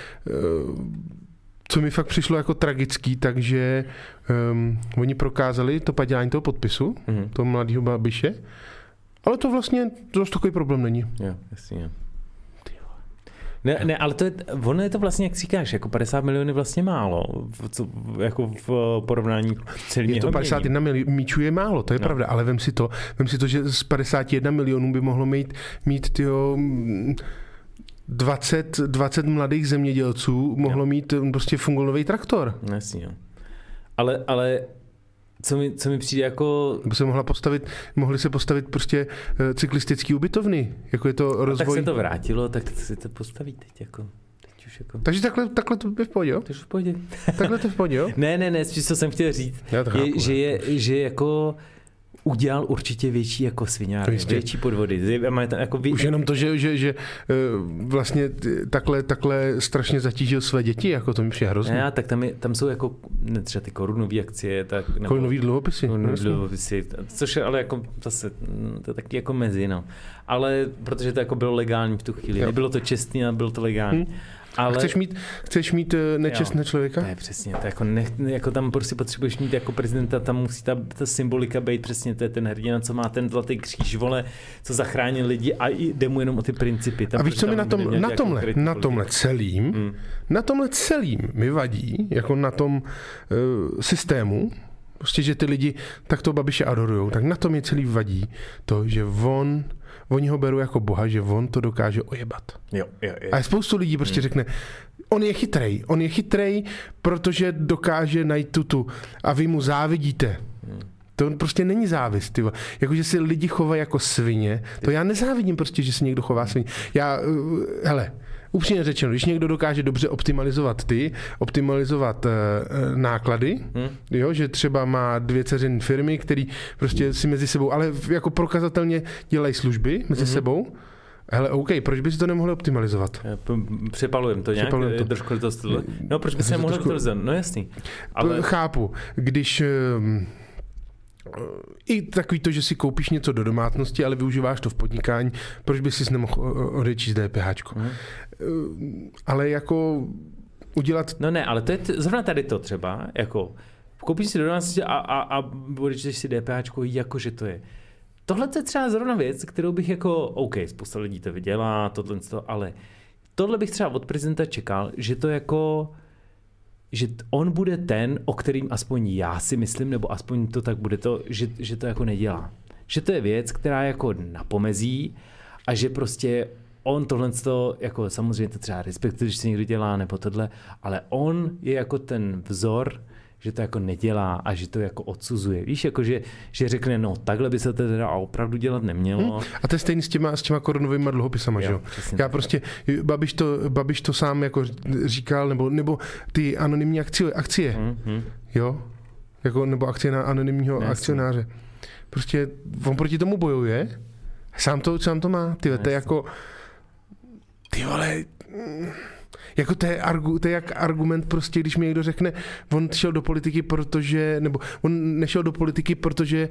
Co mi fakt přišlo jako tragický, takže oni prokázali to padělání toho podpisu, toho mladého Babiše, ale to vlastně dost takový problém není. Jo, jasně. Ne, ale ono je to vlastně, jak říkáš, jako 50 milionů vlastně málo, jako v porovnání celého. Je to 51 míčů je málo, to je pravda, ale vem si to, že z 51 milionů by mohlo mít tyho... 20 mladých zemědělců mohlo mít prostě fungolový traktor. Jasně, jo. Ale co mi přijde jako... Mohli se postavit prostě cyklistický ubytovny, jako je to rozvoj... Tak se to vrátilo, tak si to postaví teď jako... Takže takhle to je v pohodě, jo? Takže v pohodě. Takhle to je v pohodě, jo? Ne, spíš co jsem chtěl říct, že jako... udělal určitě větší jako sviňárny, větší podvody. Už jenom to, že vlastně takhle strašně zatížil své děti, jako to mi přijde hrozně. Ne, tak tam jsou jako třeba ty korunové akcie. Korunový dluhopisy. Což je ale jako zase, to je taky jako mezi, no. Ale protože to jako bylo legální v tu chvíli. Jo. Nebylo to čestný, ale bylo to legální. Ale... Chceš mít nečestné člověka? To je přesně, to jako tam prostě potřebuješ mít jako prezidenta, tam musí ta symbolika být přesně, to je ten hrdina, co má ten zlatý kříž, vole, co zachránil lidi a jde mu jenom o ty principy. Tam a víš, co mi na tomhle celým mi vadí, jako na tom systému, prostě, že ty lidi tak to Babiše adorujou, tak na tom je celý vadí to, že oni ho berou jako boha, že on to dokáže ojebat. Jo. A spoustu lidí prostě řekne, on je chytrej, protože dokáže najít tu a vy mu závidíte. To prostě není závist. Jakože si lidi chovají jako svině, to já nezávidím prostě, že se někdo chová svině. Upřímně řečeno, když někdo dokáže dobře optimalizovat náklady, jo, že třeba má 2 dceřiné firmy, které prostě si mezi sebou, ale jako prokazatelně dělají služby mezi sebou, hele, OK, proč by si to nemohli optimalizovat? Přepalujem to nějak, trošku to stylu. No, proč by si nemohli optimalizovat? No jasný. Ale... Chápu, když... I takový to, že si koupíš něco do domácnosti, ale využíváš to v podnikání, proč bys si nemohl odečíst DPHčko? Ale jako udělat... No ne, ale to je zrovna tady to třeba, jako koupíš si do domácnosti a odečíš si DPHčko, jakože to je. Tohle je třeba zrovna věc, kterou bych jako, OK, spousta lidí to vydělá, ale tohle bych třeba od prezidenta čekal, že to jako... že on bude ten, o kterým aspoň já si myslím, nebo aspoň to tak bude to, že to jako nedělá. Že to je věc, která jako napomezí a že prostě on tohle jako samozřejmě to třeba respektuje, když se někdo dělá nebo tohle, ale on je jako ten vzor, že to jako nedělá a že to jako odsuzuje. Víš, jako že řekne, no takhle by se to teda opravdu dělat nemělo. A to je stejný s těma korunovými dluhopisama, že jo? Já prostě, Babiš to sám jako říkal, nebo ty anonymní akcie, jo? Jako, nebo akcie na anonymního akcionáře. Prostě on proti tomu bojuje, sám to má, to je jako, ty vole... Jako to je jak argument prostě, když mi někdo řekne, on šel do politiky, nebo on nešel do politiky, protože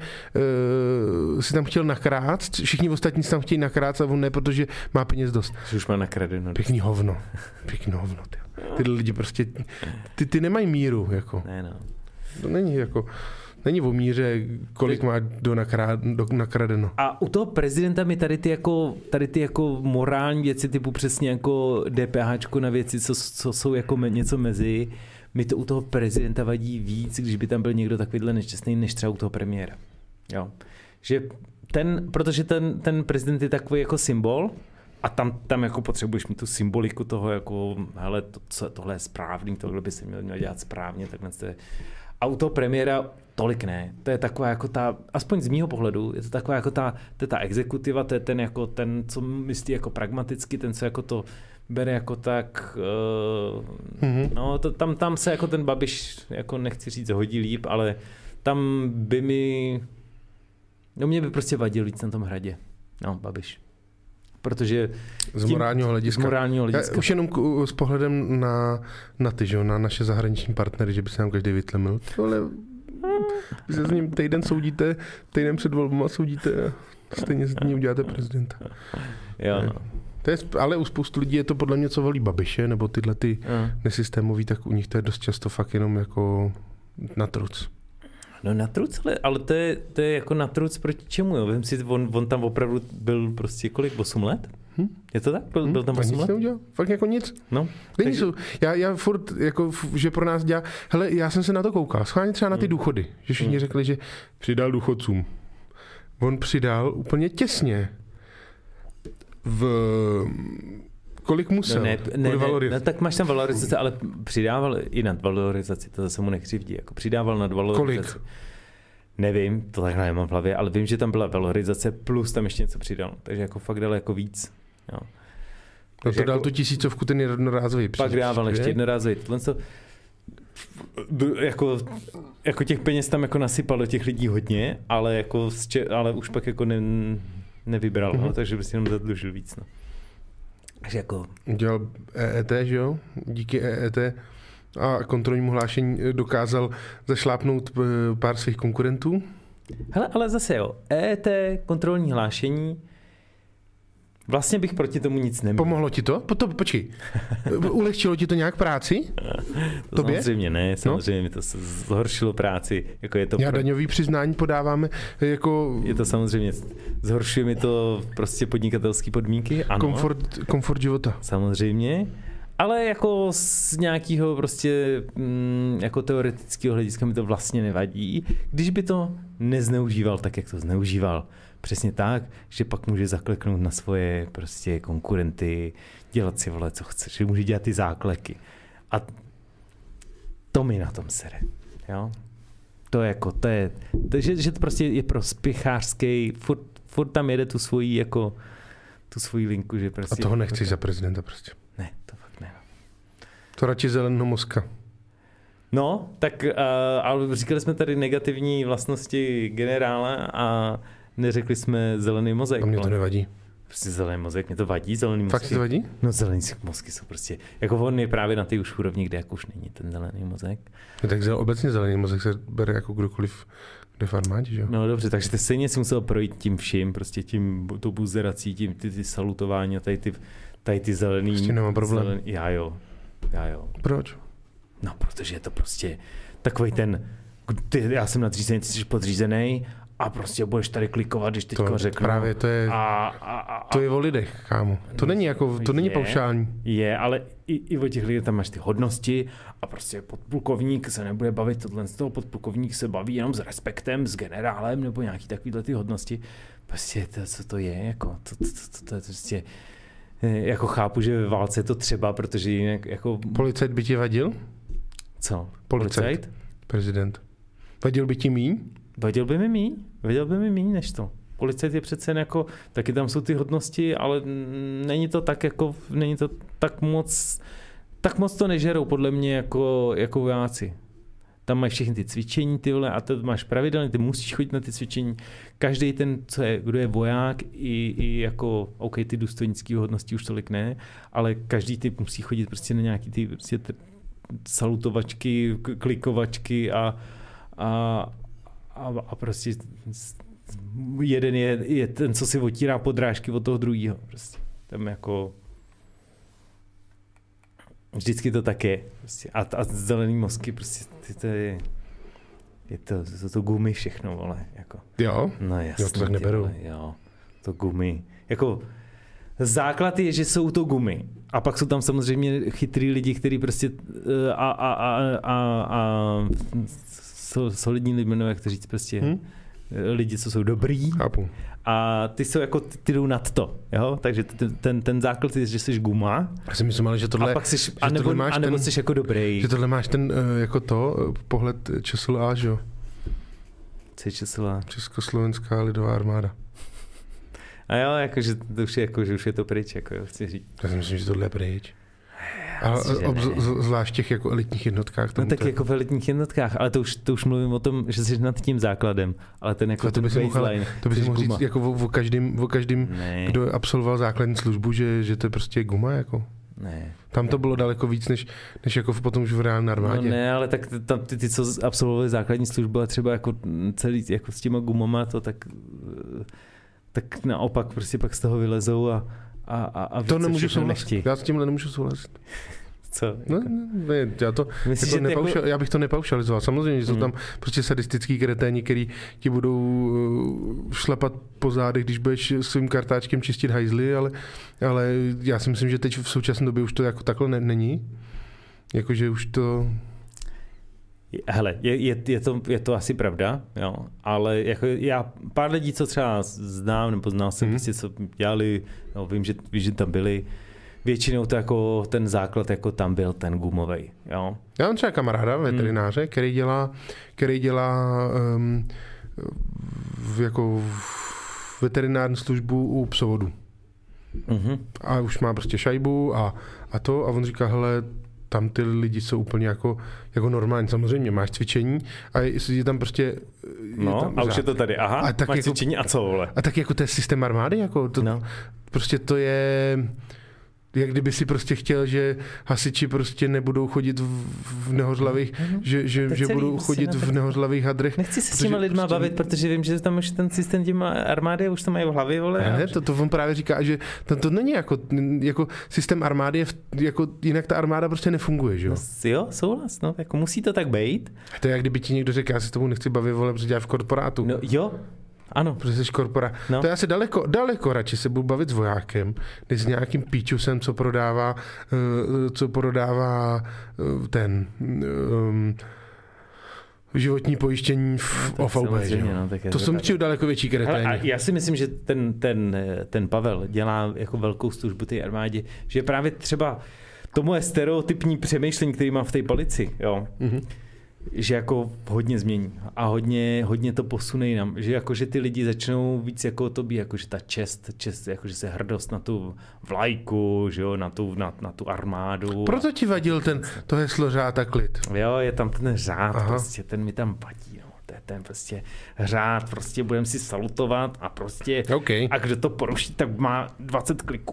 si tam chtěl nakrát, všichni ostatní si tam chtějí nakrát a on ne, protože má peněz dost. Že už má nakradeno. Pěkný hovno. Tyhle lidi prostě, ty nemají míru, jako. Ne, no. To není jako... Není o míře, kolik má nakradeno. A u toho prezidenta mi tady ty jako morální věci, typu přesně jako DPHčko na věci, co jsou jako něco mezi, mi to u toho prezidenta vadí víc, když by tam byl někdo takovýhle nešťastný, než třeba u toho premiéra. Jo. Že protože ten prezident je takový jako symbol a tam jako potřebuješ mít tu symboliku toho jako, hele, tohle je správný, tohle by se měl dělat správně, takhle to je. A u toho premiéra tolik ne. To je taková jako aspoň z mýho pohledu, je to taková jako ta exekutiva, to je ten, co myslí jako pragmaticky, ten, co jako to bere jako tak, no tam se jako ten Babiš, jako nechci říct, hodí líp, ale tam by mě by prostě vadil víc na tom Hradě. No, Babiš. Protože z morálního hlediska. Už jenom s pohledem na ty, že? Na naše zahraniční partnery, že by se nám každý vytlemil. Ale vy se s ním týden soudíte, týden před volbama soudíte a stejně z ní uděláte prezidenta. Jo, no. To je, ale u spoustu lidí je to podle mě, co volí Babiše, nebo tyhle ty nesystémový, tak u nich to je dost často fakt jenom jako na truc. No na truc, ale to je jako na truc proti čemu, jo? Vím si, on tam opravdu byl prostě kolik, 8 let? Je to tak? Byl tam 8 let? Nic neudělal, fakt jako nic. No. Já furt, jako, že pro nás dělá, hele, já jsem se na to koukal, schválně třeba na ty důchody, že všichni řekli, že přidal důchodcům. On přidal úplně těsně kolik musel. No, tak máš tam valorizaci, ale přidával i nad valorizaci, to zase mu nekřivdí, jako přidával nad valorizaci. Kolik? Nevím, to takhle nemám v hlavě, ale vím, že tam byla valorizace plus tam ještě něco přidal, takže jako fakt dal jako víc. Jo. No to dal jako, tu 1000 ten jednorázový. Pak dával ještě jednorázový. Jako těch peněz tam jako nasypalo těch lidí hodně, ale už pak jako nevybral, takže by si jenom zadlužil víc. No. Takže jako... Dělal EET, že jo? Díky EET a kontrolnímu hlášení dokázal zašlápnout pár svých konkurentů. Hele, ale zase jo, EET, kontrolní hlášení, Vlastně bych proti tomu nic neměl. Pomohlo ti to? Počkej. Ulehčilo ti to nějak práci? Tobě? Samozřejmě ne, samozřejmě mi to zhoršilo práci. Jako je to daňový přiznání podáváme jako... Je to samozřejmě, zhoršuje mi to prostě podnikatelské podmínky, ano. Komfort života. Samozřejmě, ale jako z nějakého prostě jako teoretického hlediska mi to vlastně nevadí, když by to nezneužíval tak, jak to zneužíval. Přesně tak, že pak může zakleknout na svoje prostě konkurenty, dělat si co chce, že může dělat ty zákleky. A to mi na tom sere. Jo? Že to prostě je prospěchářský, furt tam jede tu svoji linku, že prostě... A toho nechceš za prezidenta prostě. Ne, to fakt ne. To radši zeleného mozka. No, tak ale říkali jsme tady negativní vlastnosti generála a neřekli jsme zelený mozek. A mě to nevadí. Prostě zelený mozek, mě to vadí, zelený mozky. Fakt to vadí? No zelený mozky jsou prostě, jako on je právě na té už úrovni, kde jako už není ten zelený mozek. No, tak obecně zelený mozek se bere jako kdokoliv, kde v armádě, že jo? No dobře, takže ty stejně si musel projít tím vším, prostě tou buzerací, tím ty salutování a tady ty zelený. Prostě nemám problém. Já jo. Proč? No, protože je to prostě takovej já jsem nadřízený, ty jsi podřízený a prostě budeš tady klikovat, když teďko řeknu. Právě to je, to je o lidech, kámo. To není jako, to není paušální. Je, ale i o těch lidech tam máš ty hodnosti a prostě podplukovník se nebude bavit tohle z toho, podplukovník se baví jenom s respektem, s generálem nebo nějaký takovýhle ty hodnosti. Prostě co to je, jako, to je prostě, jako chápu, že ve válce je to třeba, protože jinak jako... Policajt by ti vadil? Co? Policajt? Prezident. Vadil by ti míň? Vadil by mi míň než to. Policajt je přece jako, taky tam jsou ty hodnosti, ale není to tak moc to nežerou podle mě jako vojáci. Tam máš všechny ty cvičení, ty vole, a to máš pravidelně, ty musíš chodit na ty cvičení. Každý ten, kdo je voják, i jako, OK, ty důstojnické hodnosti už tolik ne, ale každý ty musí chodit prostě na nějaký ty prostě salutovačky, klikovačky a prostě jeden je ten, co si otírá podrážky od toho druhého. Prostě. Tam jako vždycky to tak je. Prostě. A zelený mozky, prostě jsou to gumy všechno, vole. Jako. Jo? No jasně. Jo, to tak neberu. Vole, jo, to gumy. Jako základ je, že jsou to gumy. A pak jsou tam samozřejmě chytrý lidi, kteří prostě solidní lidi, jak to říct, prostě lidi, co jsou dobrý. Chápu. A ty jsou jako, ty jdou nad to, jo? Takže ten základ je, že jsi guma. Já si myslím, ale že tohle... A pak jsi, anebo jsi jako dobrý. Že tohle máš ten, jako to, pohled ČSLA, že jo? Co je ČSLA? Československá lidová armáda. A jo, jakože to už je, jako, že už je to pryč, jako jo, chci říct. Já si myslím, že tohle je pryč. A zvlášť těch jako elitních jednotkách. No tak jako v elitních jednotkách, ale to už mluvím o tom, že jsi nad tím základem, ale ten jako ten baseline. To by si mohl říct jako o každým kdo absolvoval základní službu, že to je prostě guma, jako. Ne. Tam to bylo daleko víc, než jako potom už v reálné armádě. No ne, ale tak tam ty co absolvovali základní službu a třeba jako celý jako s těma gumama to tak naopak prostě pak z toho vylezou a to nemůžu souhlasit. Já s tímhle nemůžu souhlasit. Co? No, ne, já bych to nepaušalizoval. Samozřejmě, že jsou tam prostě sadistický kreténi, který ti budou šlapat po zádech, když budeš svým kartáčkem čistit hajzly, ale já si myslím, že teď v současné době už to jako takhle není. Jakože už to... Hele, je to asi pravda, jo, ale jako já pár lidí, co třeba znám, nebo znal jsem prostě, co dělali, no, vím, že tam byli, většinou to jako ten základ jako tam byl ten gumovej, jo. Já mám třeba kamaráda, veterináře, který dělá jako veterinární službu u psovodu. A už má prostě šajbu a on říká, hele, tam ty lidi jsou úplně jako normální. Samozřejmě máš cvičení a je tam prostě... No, tam a už je to tady. Aha, a tak máš jako, cvičení a co, vole? A tak jako to je systém armády, jako to, prostě to je... jak kdyby si prostě chtěl, že hasiči prostě nebudou chodit v nehořlavých, že budou chodit v nehořlavých hadrech. Nechci se s těma lidma bavit, protože vím, že tam už ten systém těma armády už to mají v hlavě, vole. Ne, to on právě říká, že to není jako systém armády, jako jinak ta armáda prostě nefunguje, že jo? No, jo, souhlas, no, jako musí to tak být. To je, jak kdyby ti někdo řekl, já si s tomu nechci bavit, vole, protože děláš v korporátu. No jo. Ano. Protože jsi korporát. No. To je asi daleko radši se budu bavit s vojákem, než s nějakým píčusem, co prodává ten životní pojištění v OVB. No, to jsem přijel daleko větší kreténě. A já si myslím, že ten Pavel dělá jako velkou službu té armádě, že právě třeba to moje stereotypní přemýšlení, který mám v té policii, jo, že jako hodně změní a hodně to posune jinam, že jako, že ty lidi začnou víc jako to být, jako, že ta čest, jako, že se hrdost na tu vlajku, že jo, na tu armádu. Proto ti vadil to heslo řád a klid. Jo, je tam ten řád, prostě, ten mi tam vadí, no. To je ten prostě řád, prostě budeme si salutovat a prostě, a kdo to poruší, tak má 20 kliků.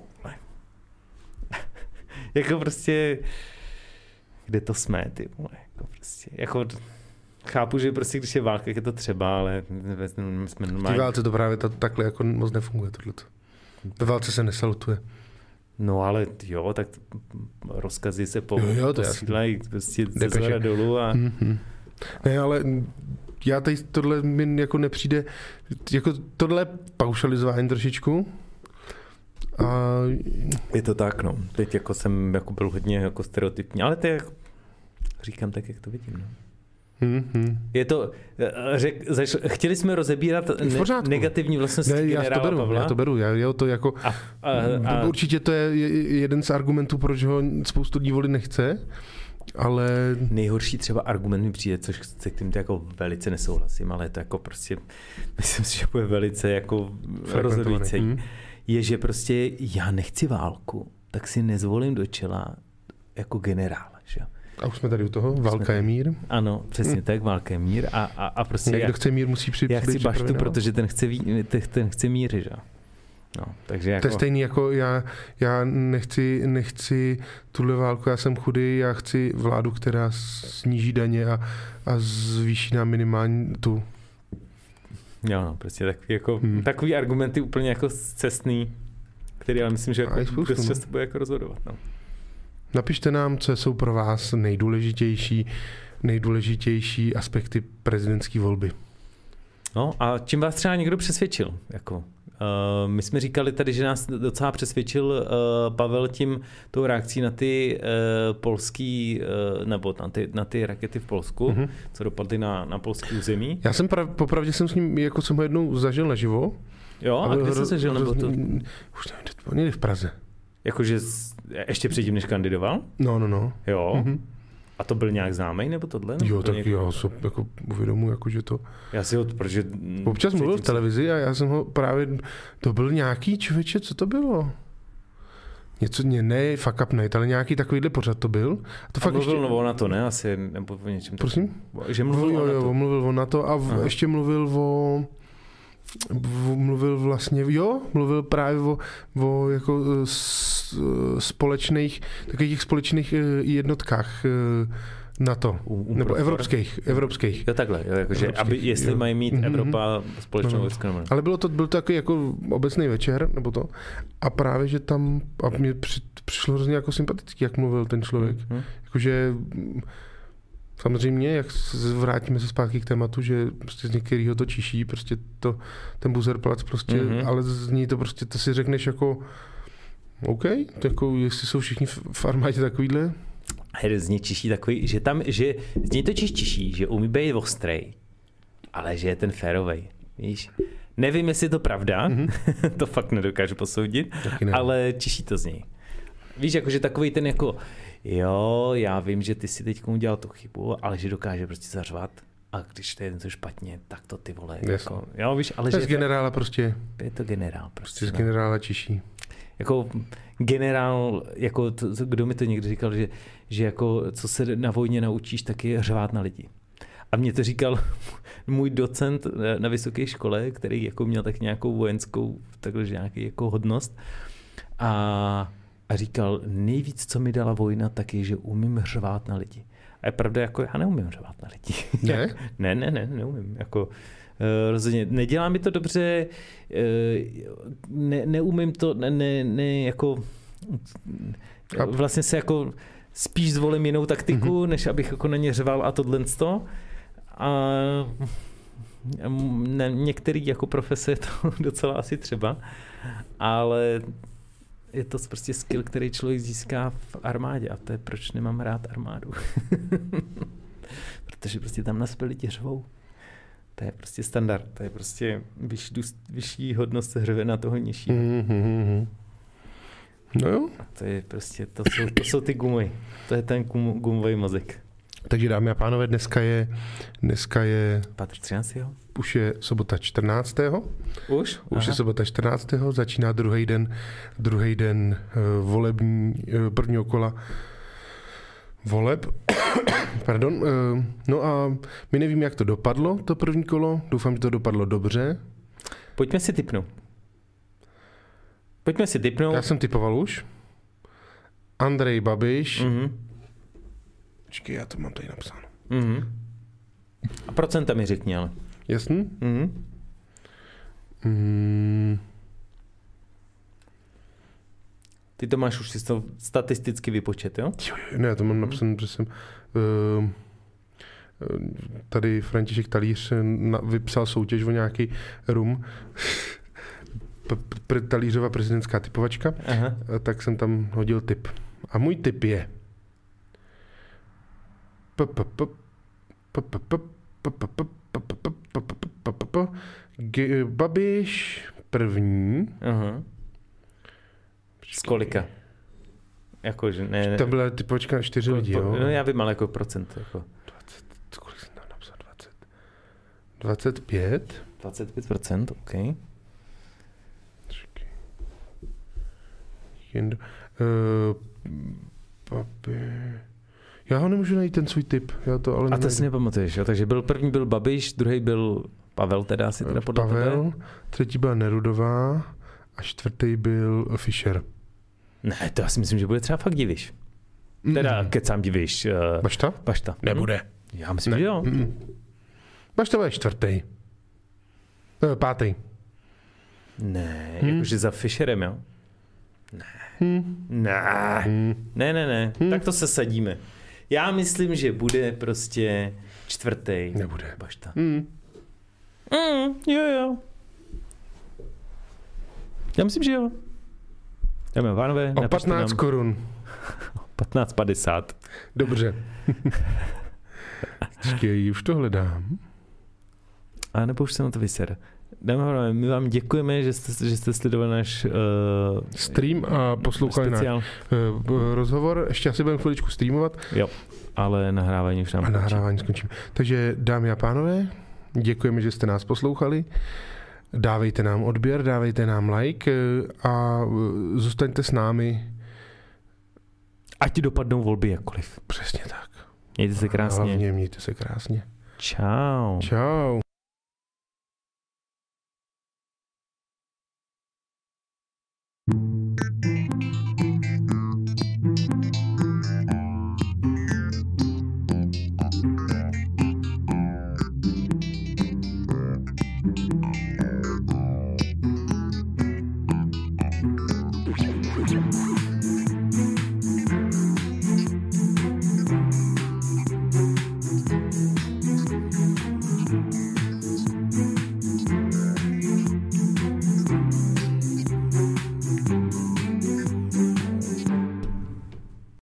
Jako prostě, kde to jsme, ty vole, jako prostě, jako chápu, že prostě když je válka, je to třeba, ale jsme normální. V válce to právě takhle jako moc nefunguje tohleto. Ve válce se nesalutuje. No ale jo, tak rozkazy se posílají prostě ze zhora dolů a... Ne, ale já tady tohle mi jako nepřijde, jako tohle paušalizování trošičku. A... Je to tak, no. Teď jako jsem jako byl hodně jako stereotypní, ale to je jako, říkám tak, jak to vidím, no. Je to, chtěli jsme rozebírat negativní vlastnosti generála Pavla. Já to beru, já to jako, určitě to je jeden z argumentů, proč ho spoustu lidí volit nechce, ale... Nejhorší třeba argument mi přijde, což se k tím jako velice nesouhlasím, ale to jako prostě, myslím si, že bude velice jako rozhodující, je, že prostě já nechci válku, tak si nezvolím do čela jako generála, že jo. A už jsme tady u toho, válka je mír. Ano, přesně tak, válka je mír a prostě... Kdo chce mír, musí přijít. Já chci baštu, protože ten chce mír, že jo. No, takže jako... To je stejný jako já nechci tuhle válku, já jsem chudý, já chci vládu, která sníží daně a zvýší nám minimální tu. Jo, no, prostě takový argumenty úplně jako cestný, který ale myslím, že jako dost často bude jako rozhodovat, no. Napište nám, co jsou pro vás nejdůležitější aspekty prezidentské volby. No a čím vás třeba někdo přesvědčil? Jako, my jsme říkali tady, že nás docela přesvědčil Pavel tou reakcí na ty polský, nebo na ty rakety v Polsku, co dopadly na polský území. Já jsem popravdě jsem s ním, jako jsem ho jednou zažil naživo. Jo, a kde jsi zažil? Nebo to... Už nevím, v Praze. Jakože ještě předtím, než kandidoval? No. Jo. A to byl nějak známý, nebo tohle? Jo, tak já se jako uvědomuji, jako, že to... Já si ho, protože... Občas mluvil v televizi a já jsem ho právě... To byl nějaký člověče, co to bylo? Něco, ne, fuck up night, ale nějaký takovýhle pořad to byl. To fakt mluvil ještě... na to, ne? Asi, nebo v něčem... Prosím? Že mluvil mluvil on na to a ještě mluvil mluvil právě o jako společných, takových těch společných jednotkách NATO, nebo evropských. Jo, takhle, jakože, jestli mají mít Evropa společnou vojskou. Ale byl to takový jako obecný večer, nebo to, a právě, že tam, a mně přišlo hrozně jako sympatický, jak mluvil ten člověk. Jakože samozřejmě, jak vrátíme se zpátky k tématu, že prostě z některého to čiší, prostě ten buzerplac prostě, ale z ní to prostě, to si řekneš jako OK, to jako, jestli jsou všichni v armádě takovýhle. Z ní čiší takový, že z ní to čiší, že umí být ostrej, ale že je ten férovej, víš. Nevím, jestli je to pravda, to fakt nedokážu posoudit, ale čiší to z něj. Víš, jakože takový ten jako jo, já vím, že ty si teď udělal tu chybu, ale že dokáže prostě zařvat a když to je něco špatně, tak to ty vole. Jako, jo, víš, ale to je z generála prostě. Je to generál prostě. Z generála čiší. Jako generál, jako kdo mi to někdy říkal, že jako co se na vojně naučíš, tak je řvát na lidi. A mě to říkal můj docent na vysoké škole, který jako měl tak nějakou vojenskou, takhle nějaký jako hodnost. A a říkal, nejvíc, co mi dala vojna, tak je, že umím řvát na lidi. A je pravda, jako já neumím řvát na lidi. Ne? Neumím. Jako, rozhodně, nedělá mi to dobře, neumím to, jako vlastně se jako spíš zvolím jinou taktiku, než abych jako na ně řval a tohleto. A některý jako profese je to docela asi třeba, ale je to prostě skill, který člověk získá v armádě a to je, proč nemám rád armádu. Protože prostě tam na sebe lidi řvou. To je prostě standard, to je prostě vyšší hodnost se hřve na toho nižšího. No jo. A to je prostě, to jsou ty gumy. To je ten gumový mozek. Takže dámy a pánové, dneska je Pátr 13. Už je sobota 14. Už je sobota 14. Začíná druhý den prvního kola voleb. Pardon. No a my nevím, jak to dopadlo, to první kolo. Doufám, že to dopadlo dobře. Pojďme si tipnout. Já jsem tipoval už. Andrej Babiš. Počkej, já to mám tady napsáno. A procenta mi řekni, ale. Jasný? Ty to máš už si to statisticky vypočet, jo? Ne, to mám napsané, že jsem tady František Talíř vypsal soutěž o nějaký rum. Talířova prezidentská typovačka. Tak jsem tam hodil tip. A můj tip je Babiš první. Z kolika? Jakože ne. Tam byla typovačka 4 lidí, jo? No já vím, ale jako procent. Jako. 20, kolik jsem tam napsal? 20? 25? 25%, OK. Já ho nemůžu najít, ten svůj tip. A to si nepamatuješ, jo? Takže první byl Babiš, druhý byl Pavel, teda asi teda podle Pavel, tebe. Třetí byla Nerudová a čtvrtý byl Fischer. Ne, to já si myslím, že bude třeba fakt Diviš. Teda kecám Diviš. Bašta. Nebude. Já myslím, že jo. Bašta bude čtvrtý. Pátý. Ne, jakože za Fischerem, jo? Ne. Tak to se sadíme. Já myslím, že bude prostě čtvrtý. Nebude. Bašta. Jo. Já myslím, že jo. Jdeme, pánové. O 15 korun. 15,50. Dobře. Už to hledám. A nebo už se na to vyser. Dáme, my vám děkujeme, že jste sledovali náš stream a poslouchali náš rozhovor. Ještě asi budeme chviličku streamovat. Jo, ale nahrávání už nám skončíme. Takže dámy a pánové, děkujeme, že jste nás poslouchali. Dávejte nám odběr, dávejte nám like a zůstaňte s námi. Ať ti dopadnou volby jakkoliv. Přesně tak. Mějte se krásně. Hlavně mějte se krásně. Čau.